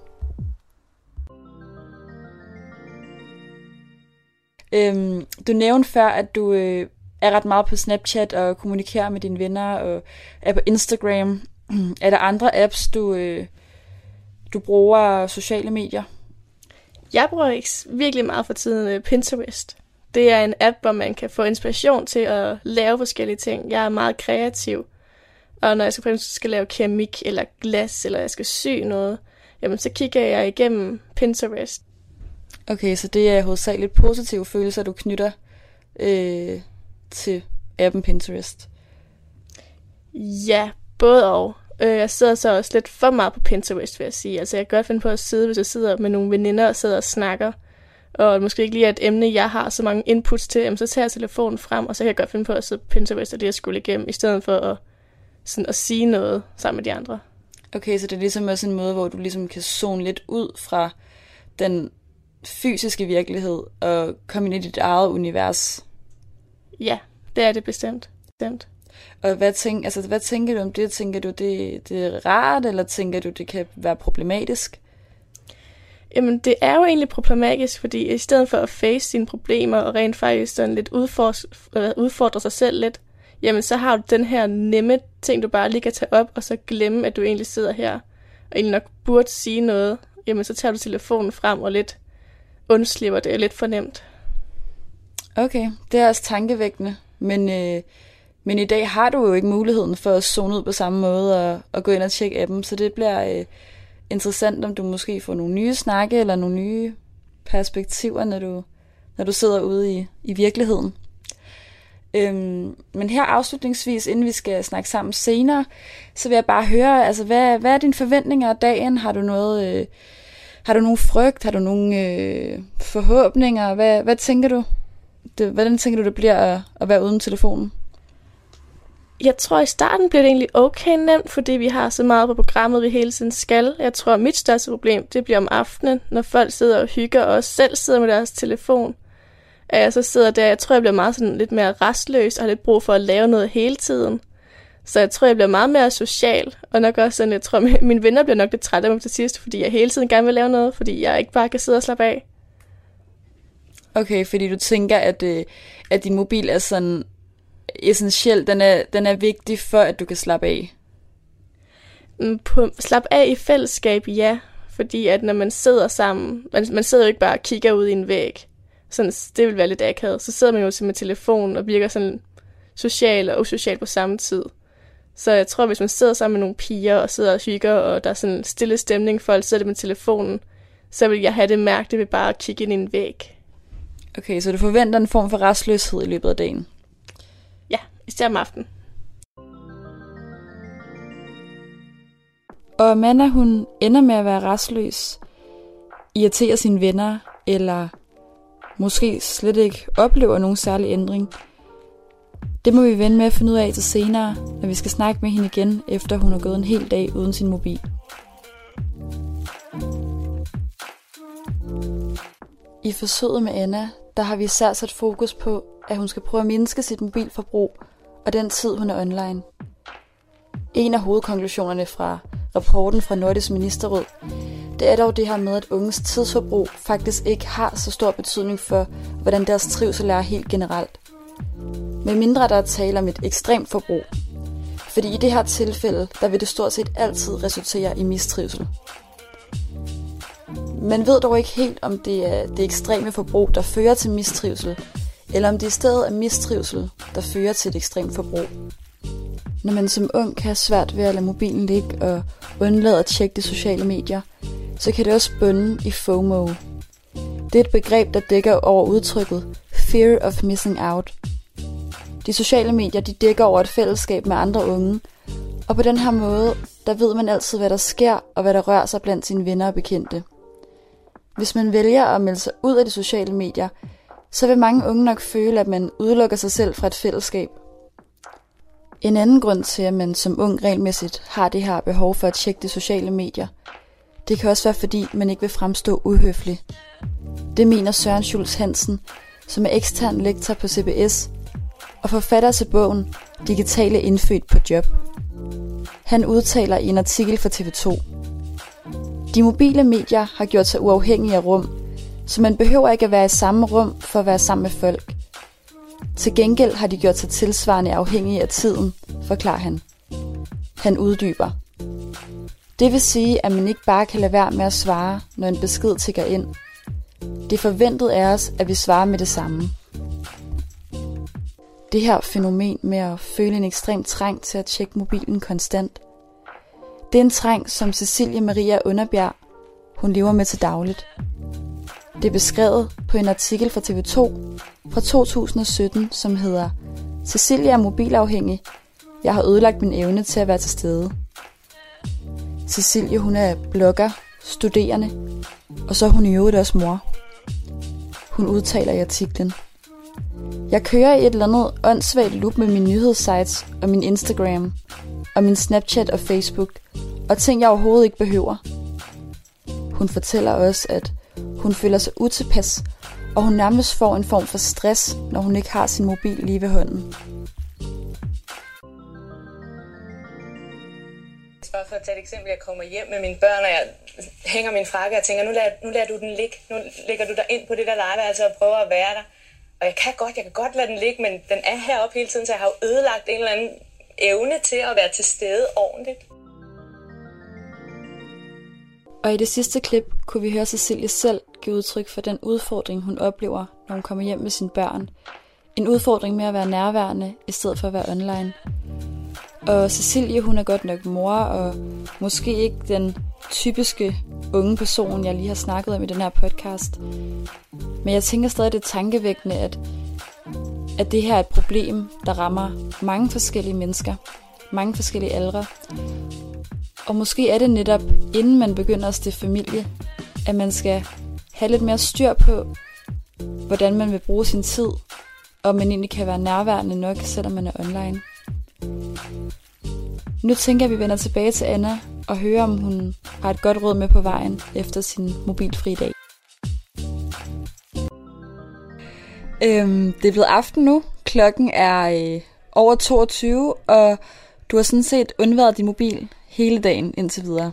Øhm, du nævnte før, at du øh, er ret meget på Snapchat og kommunikerer med dine venner og er på Instagram. Er der andre apps, du, øh, du bruger sociale medier? Jeg bruger virkelig meget for tiden Pinterest. Det er en app, hvor man kan få inspiration til at lave forskellige ting. Jeg er meget kreativ, og når jeg skal, for eksempel skal lave keramik eller glas, eller jeg skal sy noget, jamen så kigger jeg igennem Pinterest. Okay, så det er hovedsageligt positive følelser, du knytter øh, til appen Pinterest? Ja, både og. Jeg sidder så også lidt for meget på Pinterest, vil jeg sige. Altså jeg kan godt finde på at sidde, hvis jeg sidder med nogle veninder og sidder og snakker, og måske ikke lige er et emne, jeg har så mange inputs til, jamen, så tager jeg telefonen frem, og så kan jeg godt finde på at sidde på Pinterest og det, jeg skulle igennem, i stedet for at, sådan, at sige noget sammen med de andre. Okay, så det er ligesom også en måde, hvor du ligesom kan zone lidt ud fra den fysiske virkelighed og komme ind i dit eget univers. Ja, det er det bestemt. bestemt. Og hvad, tænk, altså, hvad tænker du om det? Tænker du, det, det er rart, eller tænker du, det kan være problematisk? Jamen, det er jo egentlig problematisk, fordi i stedet for at face sine problemer og rent faktisk sådan lidt udfordre, udfordre sig selv lidt, jamen så har du den her nemme ting, du bare lige kan tage op, og så glemme, at du egentlig sidder her, og egentlig nok burde sige noget. Jamen, så tager du telefonen frem og lidt undslipper det, er lidt for nemt. Okay, det er også tankevækkende, men, øh, men i dag har du jo ikke muligheden for at zone ud på samme måde og, og gå ind og tjekke appen, så det bliver øh, interessant, om du måske får nogle nye snakke eller nogle nye perspektiver, når du, når du sidder ude i, i virkeligheden. Øhm, men her afslutningsvis, inden vi skal snakke sammen senere, så vil jeg bare høre, altså, hvad, hvad er dine forventninger af dagen? Har du noget, øh, har du nogen frygt? Har du nogle øh, forhåbninger? Hvad, hvad tænker du? Det, hvordan tænker du, det bliver at, at være uden telefonen? Jeg tror, i starten bliver det egentlig okay nemt, fordi vi har så meget på programmet, vi hele tiden skal. Jeg tror, mit største problem, det bliver om aftenen, når folk sidder og hygger, og også selv sidder med deres telefon. At jeg så sidder der, jeg tror, jeg bliver meget sådan lidt mere rastløs, og har lidt brug for at lave noget hele tiden. Så jeg tror, jeg bliver meget mere social, og nok også sådan, jeg tror, at mine venner bliver nok lidt trætte af mig til sidst, fordi jeg hele tiden gerne vil lave noget, fordi jeg ikke bare kan sidde og slappe af. Okay, fordi du tænker, at, øh, at din mobil er sådan essentiel, den er, den er vigtig for, at du kan slappe af? På, slap af i fællesskab, ja. Fordi at når man sidder sammen, man, man sidder jo ikke bare og kigger ud i en væg. Sådan, det vil være lidt akavet. Så sidder man jo med telefonen og virker sådan social og usocial på samme tid. Så jeg tror, hvis man sidder sammen med nogle piger og sidder og hygger, og der er sådan en stille stemning, folk sidder med telefonen, så vil jeg have det mærke ved bare at kigge ind i en væg. Okay, så du forventer en form for rastløshed i løbet af dagen? Ja, især om aftenen. Og Amanda, hun ender med at være rastløs, irriterer sine venner, eller måske slet ikke oplever nogen særlig ændring. Det må vi vende med at finde ud af til senere, når vi skal snakke med hende igen, efter hun har gået en hel dag uden sin mobil. I forsøget med Anna, der har vi især sat fokus på, at hun skal prøve at mindske sit mobilforbrug og den tid, hun er online. En af hovedkonklusionerne fra rapporten fra Nordisk Ministerråd, det er dog det her med, at unges tidsforbrug faktisk ikke har så stor betydning for, hvordan deres trivsel er helt generelt. Med mindre der er tale om et ekstremt forbrug. Fordi i det her tilfælde, der vil det stort set altid resultere i mistrivsel. Man ved dog ikke helt, om det er det ekstreme forbrug, der fører til mistrivsel, eller om det i stedet er mistrivsel, der fører til et ekstremt forbrug. Når man som ung kan have svært ved at lade mobilen ligge og undlade at tjekke de sociale medier, så kan det også bunde i FOMO. Det er et begreb, der dækker over udtrykket Fear of Missing Out. De sociale medier, de dækker over et fællesskab med andre unge, og på den her måde, der ved man altid, hvad der sker og hvad der rører sig blandt sine venner og bekendte. Hvis man vælger at melde sig ud af de sociale medier, så vil mange unge nok føle, at man udelukker sig selv fra et fællesskab. En anden grund til, at man som ung regelmæssigt har det her behov for at tjekke de sociale medier, det kan også være, fordi man ikke vil fremstå uhøflig. Det mener Søren Schultz Hansen, som er ekstern lektor på C B S og forfatter til bogen Digitale indfødt på job. Han udtaler i en artikel for T V to: De mobile medier har gjort sig uafhængige af rum, så man behøver ikke at være i samme rum for at være sammen med folk. Til gengæld har de gjort sig tilsvarende afhængige af tiden, forklarer han. Han uddyber: Det vil sige, at man ikke bare kan lade være med at svare, når en besked tikker ind. Det er forventet af os, at vi svarer med det samme. Det her fænomen med at føle en ekstrem trang til at tjekke mobilen konstant, det er en trang, som Cecilie Maria Underbjerg, hun lever med til dagligt. Det er beskrevet på en artikel fra T V to fra to tusind og sytten, som hedder Cecilie er mobilafhængig. Jeg har ødelagt min evne til at være til stede. Cecilie, hun er blogger, studerende, og så er hun i øvrigt også mor. Hun udtaler i artiklen: Jeg kører i et eller andet åndssvagt loop med mine nyhedssites og min Instagram, og min Snapchat og Facebook, og ting jeg overhovedet ikke behøver. Hun fortæller også, at hun føler sig utilpas, og hun nærmest får en form for stress, når hun ikke har sin mobil lige ved hånden. Bare for at tage et eksempel, jeg kommer hjem med mine børn, og jeg hænger min frakke og tænker, nu lader, nu lader du den ligge. Nu lægger du dig ind på det der legeværelse og prøver at være der. Og jeg kan godt, jeg kan godt lade den ligge, men den er heroppe hele tiden, så jeg har jo ødelagt en eller anden evne til at være til stede ordentligt. Og i det sidste klip kunne vi høre Cecilie selv give udtryk for den udfordring, hun oplever, når hun kommer hjem med sine børn. En udfordring med at være nærværende, i stedet for at være online. Og Cecilie, hun er godt nok mor, og måske ikke den typiske unge person, jeg lige har snakket om i den her podcast. Men jeg tænker stadig, det er tankevækkende, at, at det her er et problem, der rammer mange forskellige mennesker, mange forskellige aldre. Og måske er det netop, inden man begynder at stifte familie, at man skal have lidt mere styr på, hvordan man vil bruge sin tid, og man egentlig kan være nærværende nok, selvom man er online. Nu tænker jeg, at vi vender tilbage til Anna og hører, om hun har et godt råd med på vejen efter sin mobilfri dag. Øhm, det er blevet aften nu. Klokken er øh, over toogtyve, og du har sådan set undværet din mobil hele dagen indtil videre.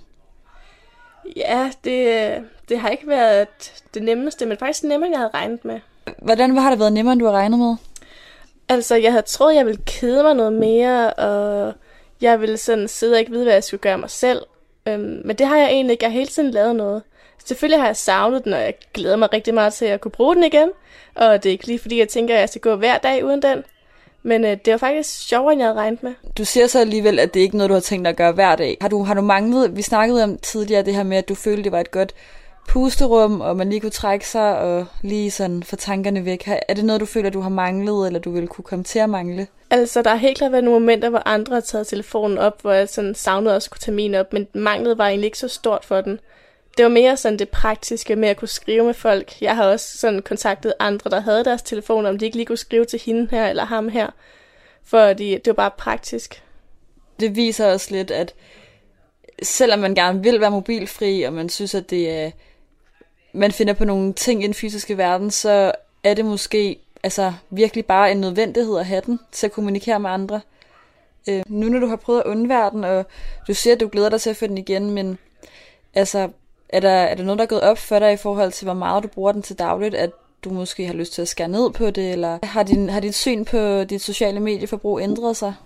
Ja, det, det har ikke været det nemmeste, men faktisk nemmere, end jeg havde regnet med. Hvordan hvad har det været nemmere, end du har regnet med? Altså, jeg havde troet, jeg ville kede mig noget mere, og jeg ville sådan sidde og ikke vide, hvad jeg skulle gøre mig selv. Øhm, men det har jeg egentlig ikke. Jeg har hele tiden lavet noget. Selvfølgelig har jeg savnet den, og jeg glæder mig rigtig meget til at kunne bruge den igen. Og det er ikke lige fordi, jeg tænker, at jeg skal gå hver dag uden den. Men øh, det var faktisk sjovere, end jeg havde regnet med. Du siger så alligevel, at det ikke er noget, du har tænkt dig at gøre hver dag. Har du, har du manglet, vi snakkede om tidligere det her med, at du følte, det var et godt pusterum, og man lige kunne trække sig og lige sådan få tankerne væk. Er det noget, du føler, du har manglet, eller du ville kunne komme til at mangle? Altså, der har helt klart været nogle momenter, hvor andre har taget telefonen op, hvor jeg sådan savnede også kunne tage min op, men manglet var egentlig ikke så stort for den. Det var mere sådan det praktiske med at kunne skrive med folk. Jeg har også sådan kontaktet andre, der havde deres telefoner, om de ikke lige kunne skrive til hende her eller ham her, fordi det var bare praktisk. Det viser også lidt, at selvom man gerne vil være mobilfri, og man synes, at det er, man finder på nogle ting i den fysiske verden, så er det måske altså virkelig bare en nødvendighed at have den til at kommunikere med andre. Øh, nu når du har prøvet at undvære den, og du siger, at du glæder dig til at få den igen, men altså, er der, er der noget, der er gået op for dig i forhold til, hvor meget du bruger den til dagligt, at du måske har lyst til at skære ned på det, eller har, din, har dit syn på dit sociale medieforbrug ændret sig?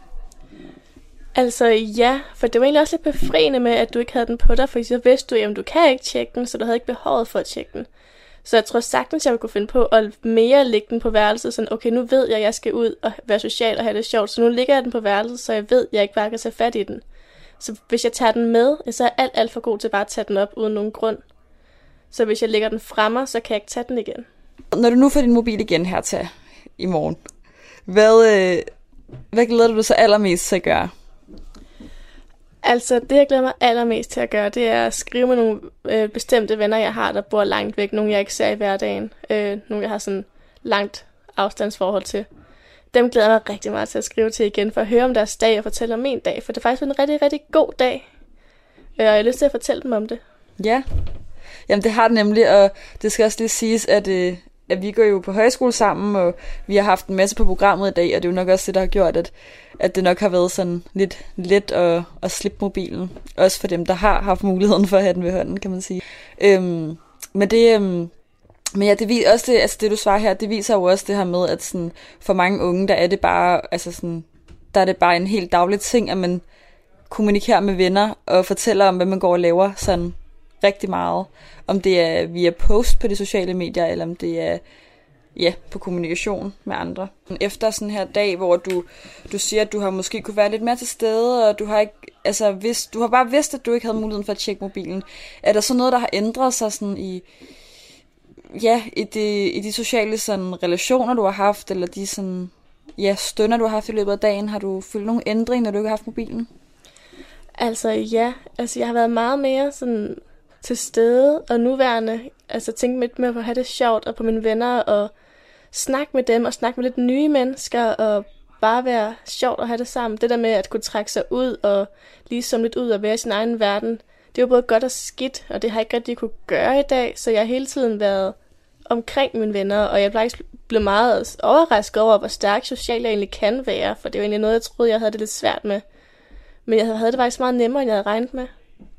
Altså ja, for det var egentlig også lidt befriende med, at du ikke havde den på dig, for så vidste du, at du kan ikke tjekke den, så du havde ikke behovet for at tjekke den. Så jeg tror sagtens, jeg ville kunne finde på at mere lægge den på værelset, sådan okay, nu ved jeg, at jeg skal ud og være social og have det sjovt, så nu ligger jeg den på værelset, så jeg ved, at jeg ikke bare kan tage fat i den. Så hvis jeg tager den med, så er jeg alt, alt for god til bare at tage den op uden nogen grund. Så hvis jeg lægger den fremme, så kan jeg ikke tage den igen. Når du nu får din mobil igen her til i morgen, hvad, øh, hvad glæder du dig så allermest til at gøre? Altså, det jeg glæder mig allermest til at gøre, det er at skrive med nogle øh, bestemte venner, jeg har, der bor langt væk. Nogle, jeg ikke ser i hverdagen. Øh, nogle, jeg har sådan langt afstandsforhold til. Dem glæder jeg mig rigtig meget til at skrive til igen, for at høre om deres dag og fortælle om min dag. For det er faktisk en rigtig, rigtig god dag. Og jeg har lyst til at fortælle dem om det. Ja, jamen det har det nemlig, og det skal også lige siges, at, øh, at vi går jo på højskole sammen, og vi har haft en masse på programmet i dag, og det er jo nok også det, der har gjort, at, at det nok har været sådan lidt let at, at slippe mobilen. Også for dem, der har haft muligheden for at have den ved hånden, kan man sige. Øhm, men det... Øhm, Men ja, det viser også det, altså det du svarer her, det viser jo også det her med, at sådan, for mange unge, der er det bare, altså sådan, der er det bare en helt daglig ting, at man kommunikerer med venner og fortæller om, hvad man går og laver sådan rigtig meget. Om det er via post på de sociale medier, eller om det er ja, på kommunikation med andre. Efter sådan her dag, hvor du, du siger, at du har måske kunne være lidt mere til stede, og du har ikke, altså vidst, du har bare vidst, at du ikke havde muligheden for at tjekke mobilen. Er der så noget, der har ændret sig sådan i ja, i de, i de sociale sådan, relationer, du har haft, eller de sådan, ja, stunder, du har haft i løbet af dagen, har du følt nogle ændringer, når du ikke har haft mobilen? Altså ja, altså jeg har været meget mere sådan til stede og nuværende, altså tænke lidt mere på at have det sjovt og på mine venner og snakke med dem og snakke med lidt nye mennesker og bare være sjovt at have det sammen. Det der med at kunne trække sig ud og lige som lidt ud og være i sin egen verden, det er jo både godt og skidt, og det har jeg ikke rigtig kunne gøre i dag, så jeg har hele tiden været omkring mine venner, og jeg er faktisk blevet meget overrasket over, hvor stærk social jeg egentlig kan være, for det var egentlig noget, jeg troede, jeg havde det lidt svært med. Men jeg havde det faktisk meget nemmere, end jeg havde regnet med.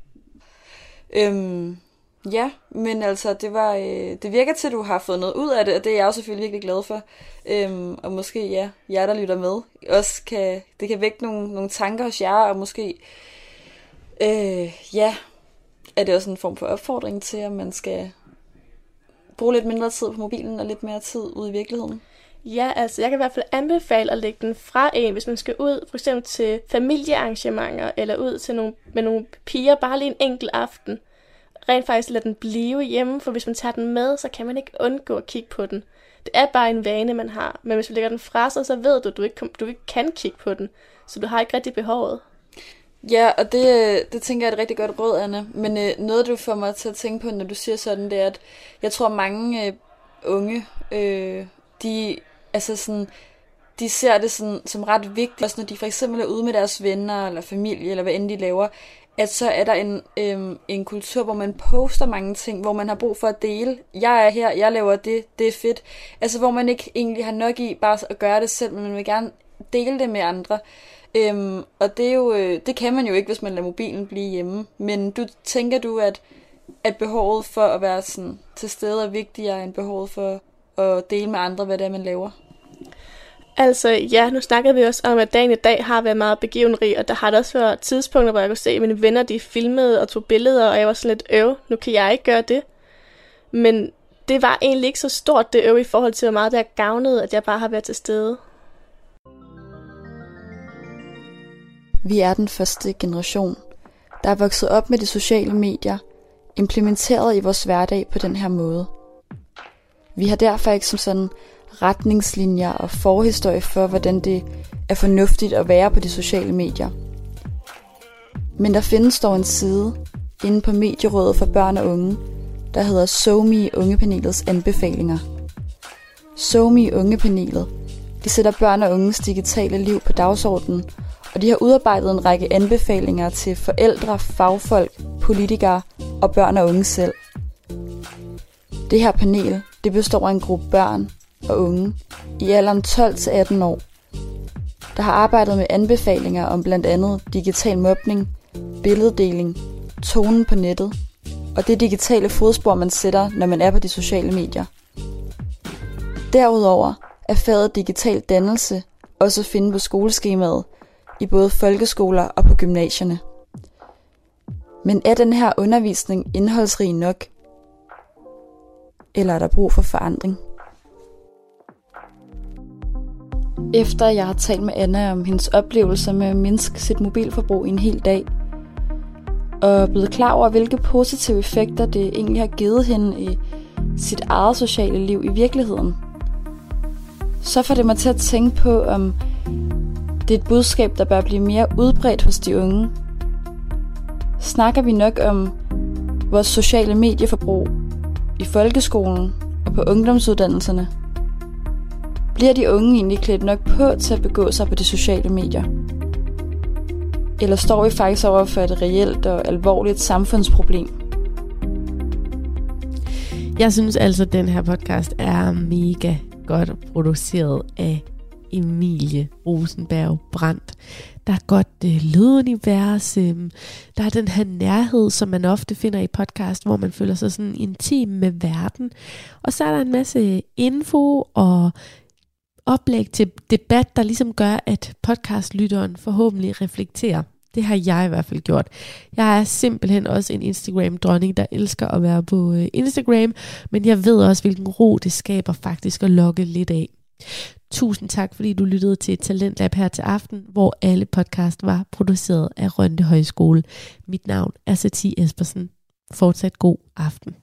Øhm, ja, men altså, det, var, øh, det virker til, at du har fået noget ud af det, og det er jeg jo selvfølgelig virkelig glad for. Øhm, og måske, ja, jer, der lytter med, også kan, det kan vække nogle, nogle tanker hos jer, og måske, øh, ja, er det også en form for opfordring til, at man skal bruge lidt mindre tid på mobilen, og lidt mere tid ude i virkeligheden. Ja, altså jeg kan i hvert fald anbefale at lægge den fra en, hvis man skal ud for eksempel til familiearrangementer, eller ud til nogle, med nogle piger, bare lige en enkelt aften. Rent faktisk lade den blive hjemme, for hvis man tager den med, så kan man ikke undgå at kigge på den. Det er bare en vane, man har, men hvis du lægger den fra sig, så ved du, at du ikke, du ikke kan kigge på den, så du har ikke rigtig behovet. Ja, og det, det tænker jeg er et rigtig godt råd, Anna. Men øh, noget, du får mig til at tænke på, når du siger sådan, det er, at jeg tror, mange øh, unge, øh, de, altså sådan, de ser det sådan, som ret vigtigt, også når de for eksempel er ude med deres venner eller familie, eller hvad end de laver, at så er der en, øh, en kultur, hvor man poster mange ting, hvor man har brug for at dele. Jeg er her, jeg laver det, det er fedt. Altså hvor man ikke egentlig har nok i bare at gøre det selv, men man vil gerne dele det med andre. Øhm, og det er jo, øh, det kan man jo ikke, hvis man lader mobilen blive hjemme. Men du tænker du, at, at behovet for at være sådan til stede er vigtigere end behovet for at dele med andre, hvad det er, man laver? Altså ja, nu snakkede vi også om, at dagen i dag har været meget begivenrig, og der har der også været tidspunkter, hvor jeg kunne se, at mine venner de filmede og tog billeder, og jeg var sådan lidt øv, nu kan jeg ikke gøre det. Men det var egentlig ikke så stort det øv i forhold til, hvor meget det har gavnet, at jeg bare har været til stede. Vi er den første generation, der er vokset op med de sociale medier, implementeret i vores hverdag på den her måde. Vi har derfor ikke som sådan retningslinjer og forhistorie for, hvordan det er fornuftigt at være på de sociale medier. Men der findes dog en side inde på Medierådet for Børn og Unge, der hedder SoMe Ungepanelets anbefalinger. SoMe Ungepanelet, de sætter børn og unges digitale liv på dagsordenen, og de har udarbejdet en række anbefalinger til forældre, fagfolk, politikere og børn og unge selv. Det her panel, det består af en gruppe børn og unge i alderen tolv til atten år, der har arbejdet med anbefalinger om blandt andet digital mobning, billeddeling, tonen på nettet og det digitale fodspor, man sætter, når man er på de sociale medier. Derudover er faget digital dannelse også at finde på skoleskemaet i både folkeskoler og på gymnasierne. Men er den her undervisning indholdsrig nok? Eller er der brug for forandring? Efter jeg har talt med Anna om hendes oplevelser med at mindske sit mobilforbrug i en hel dag, og blevet klar over, hvilke positive effekter det egentlig har givet hende i sit eget sociale liv i virkeligheden, så får det mig til at tænke på, om det er et budskab, der bør blive mere udbredt hos de unge. Snakker vi nok om vores sociale medieforbrug i folkeskolen og på ungdomsuddannelserne? Bliver de unge egentlig klædt nok på til at begå sig på de sociale medier? Eller står vi faktisk over for et reelt og alvorligt samfundsproblem? Jeg synes altså, at den her podcast er mega godt produceret af Emilie Rosenberg Brandt. Der er godt øh, lydunivers, øh, der er den her nærhed, som man ofte finder i podcast, hvor man føler sig sådan intim med verden. Og så er der en masse info og oplæg til debat, der ligesom gør, at podcastlytteren forhåbentlig reflekterer. Det har jeg i hvert fald gjort. Jeg er simpelthen også en Instagram-dronning, der elsker at være på Instagram, men jeg ved også, hvilken ro det skaber faktisk at logge lidt af. Tusind tak, fordi du lyttede til Talentlab her til aften, hvor alle podcast var produceret af Rønde Højskole. Mit navn er Satie Espersen. Fortsat god aften.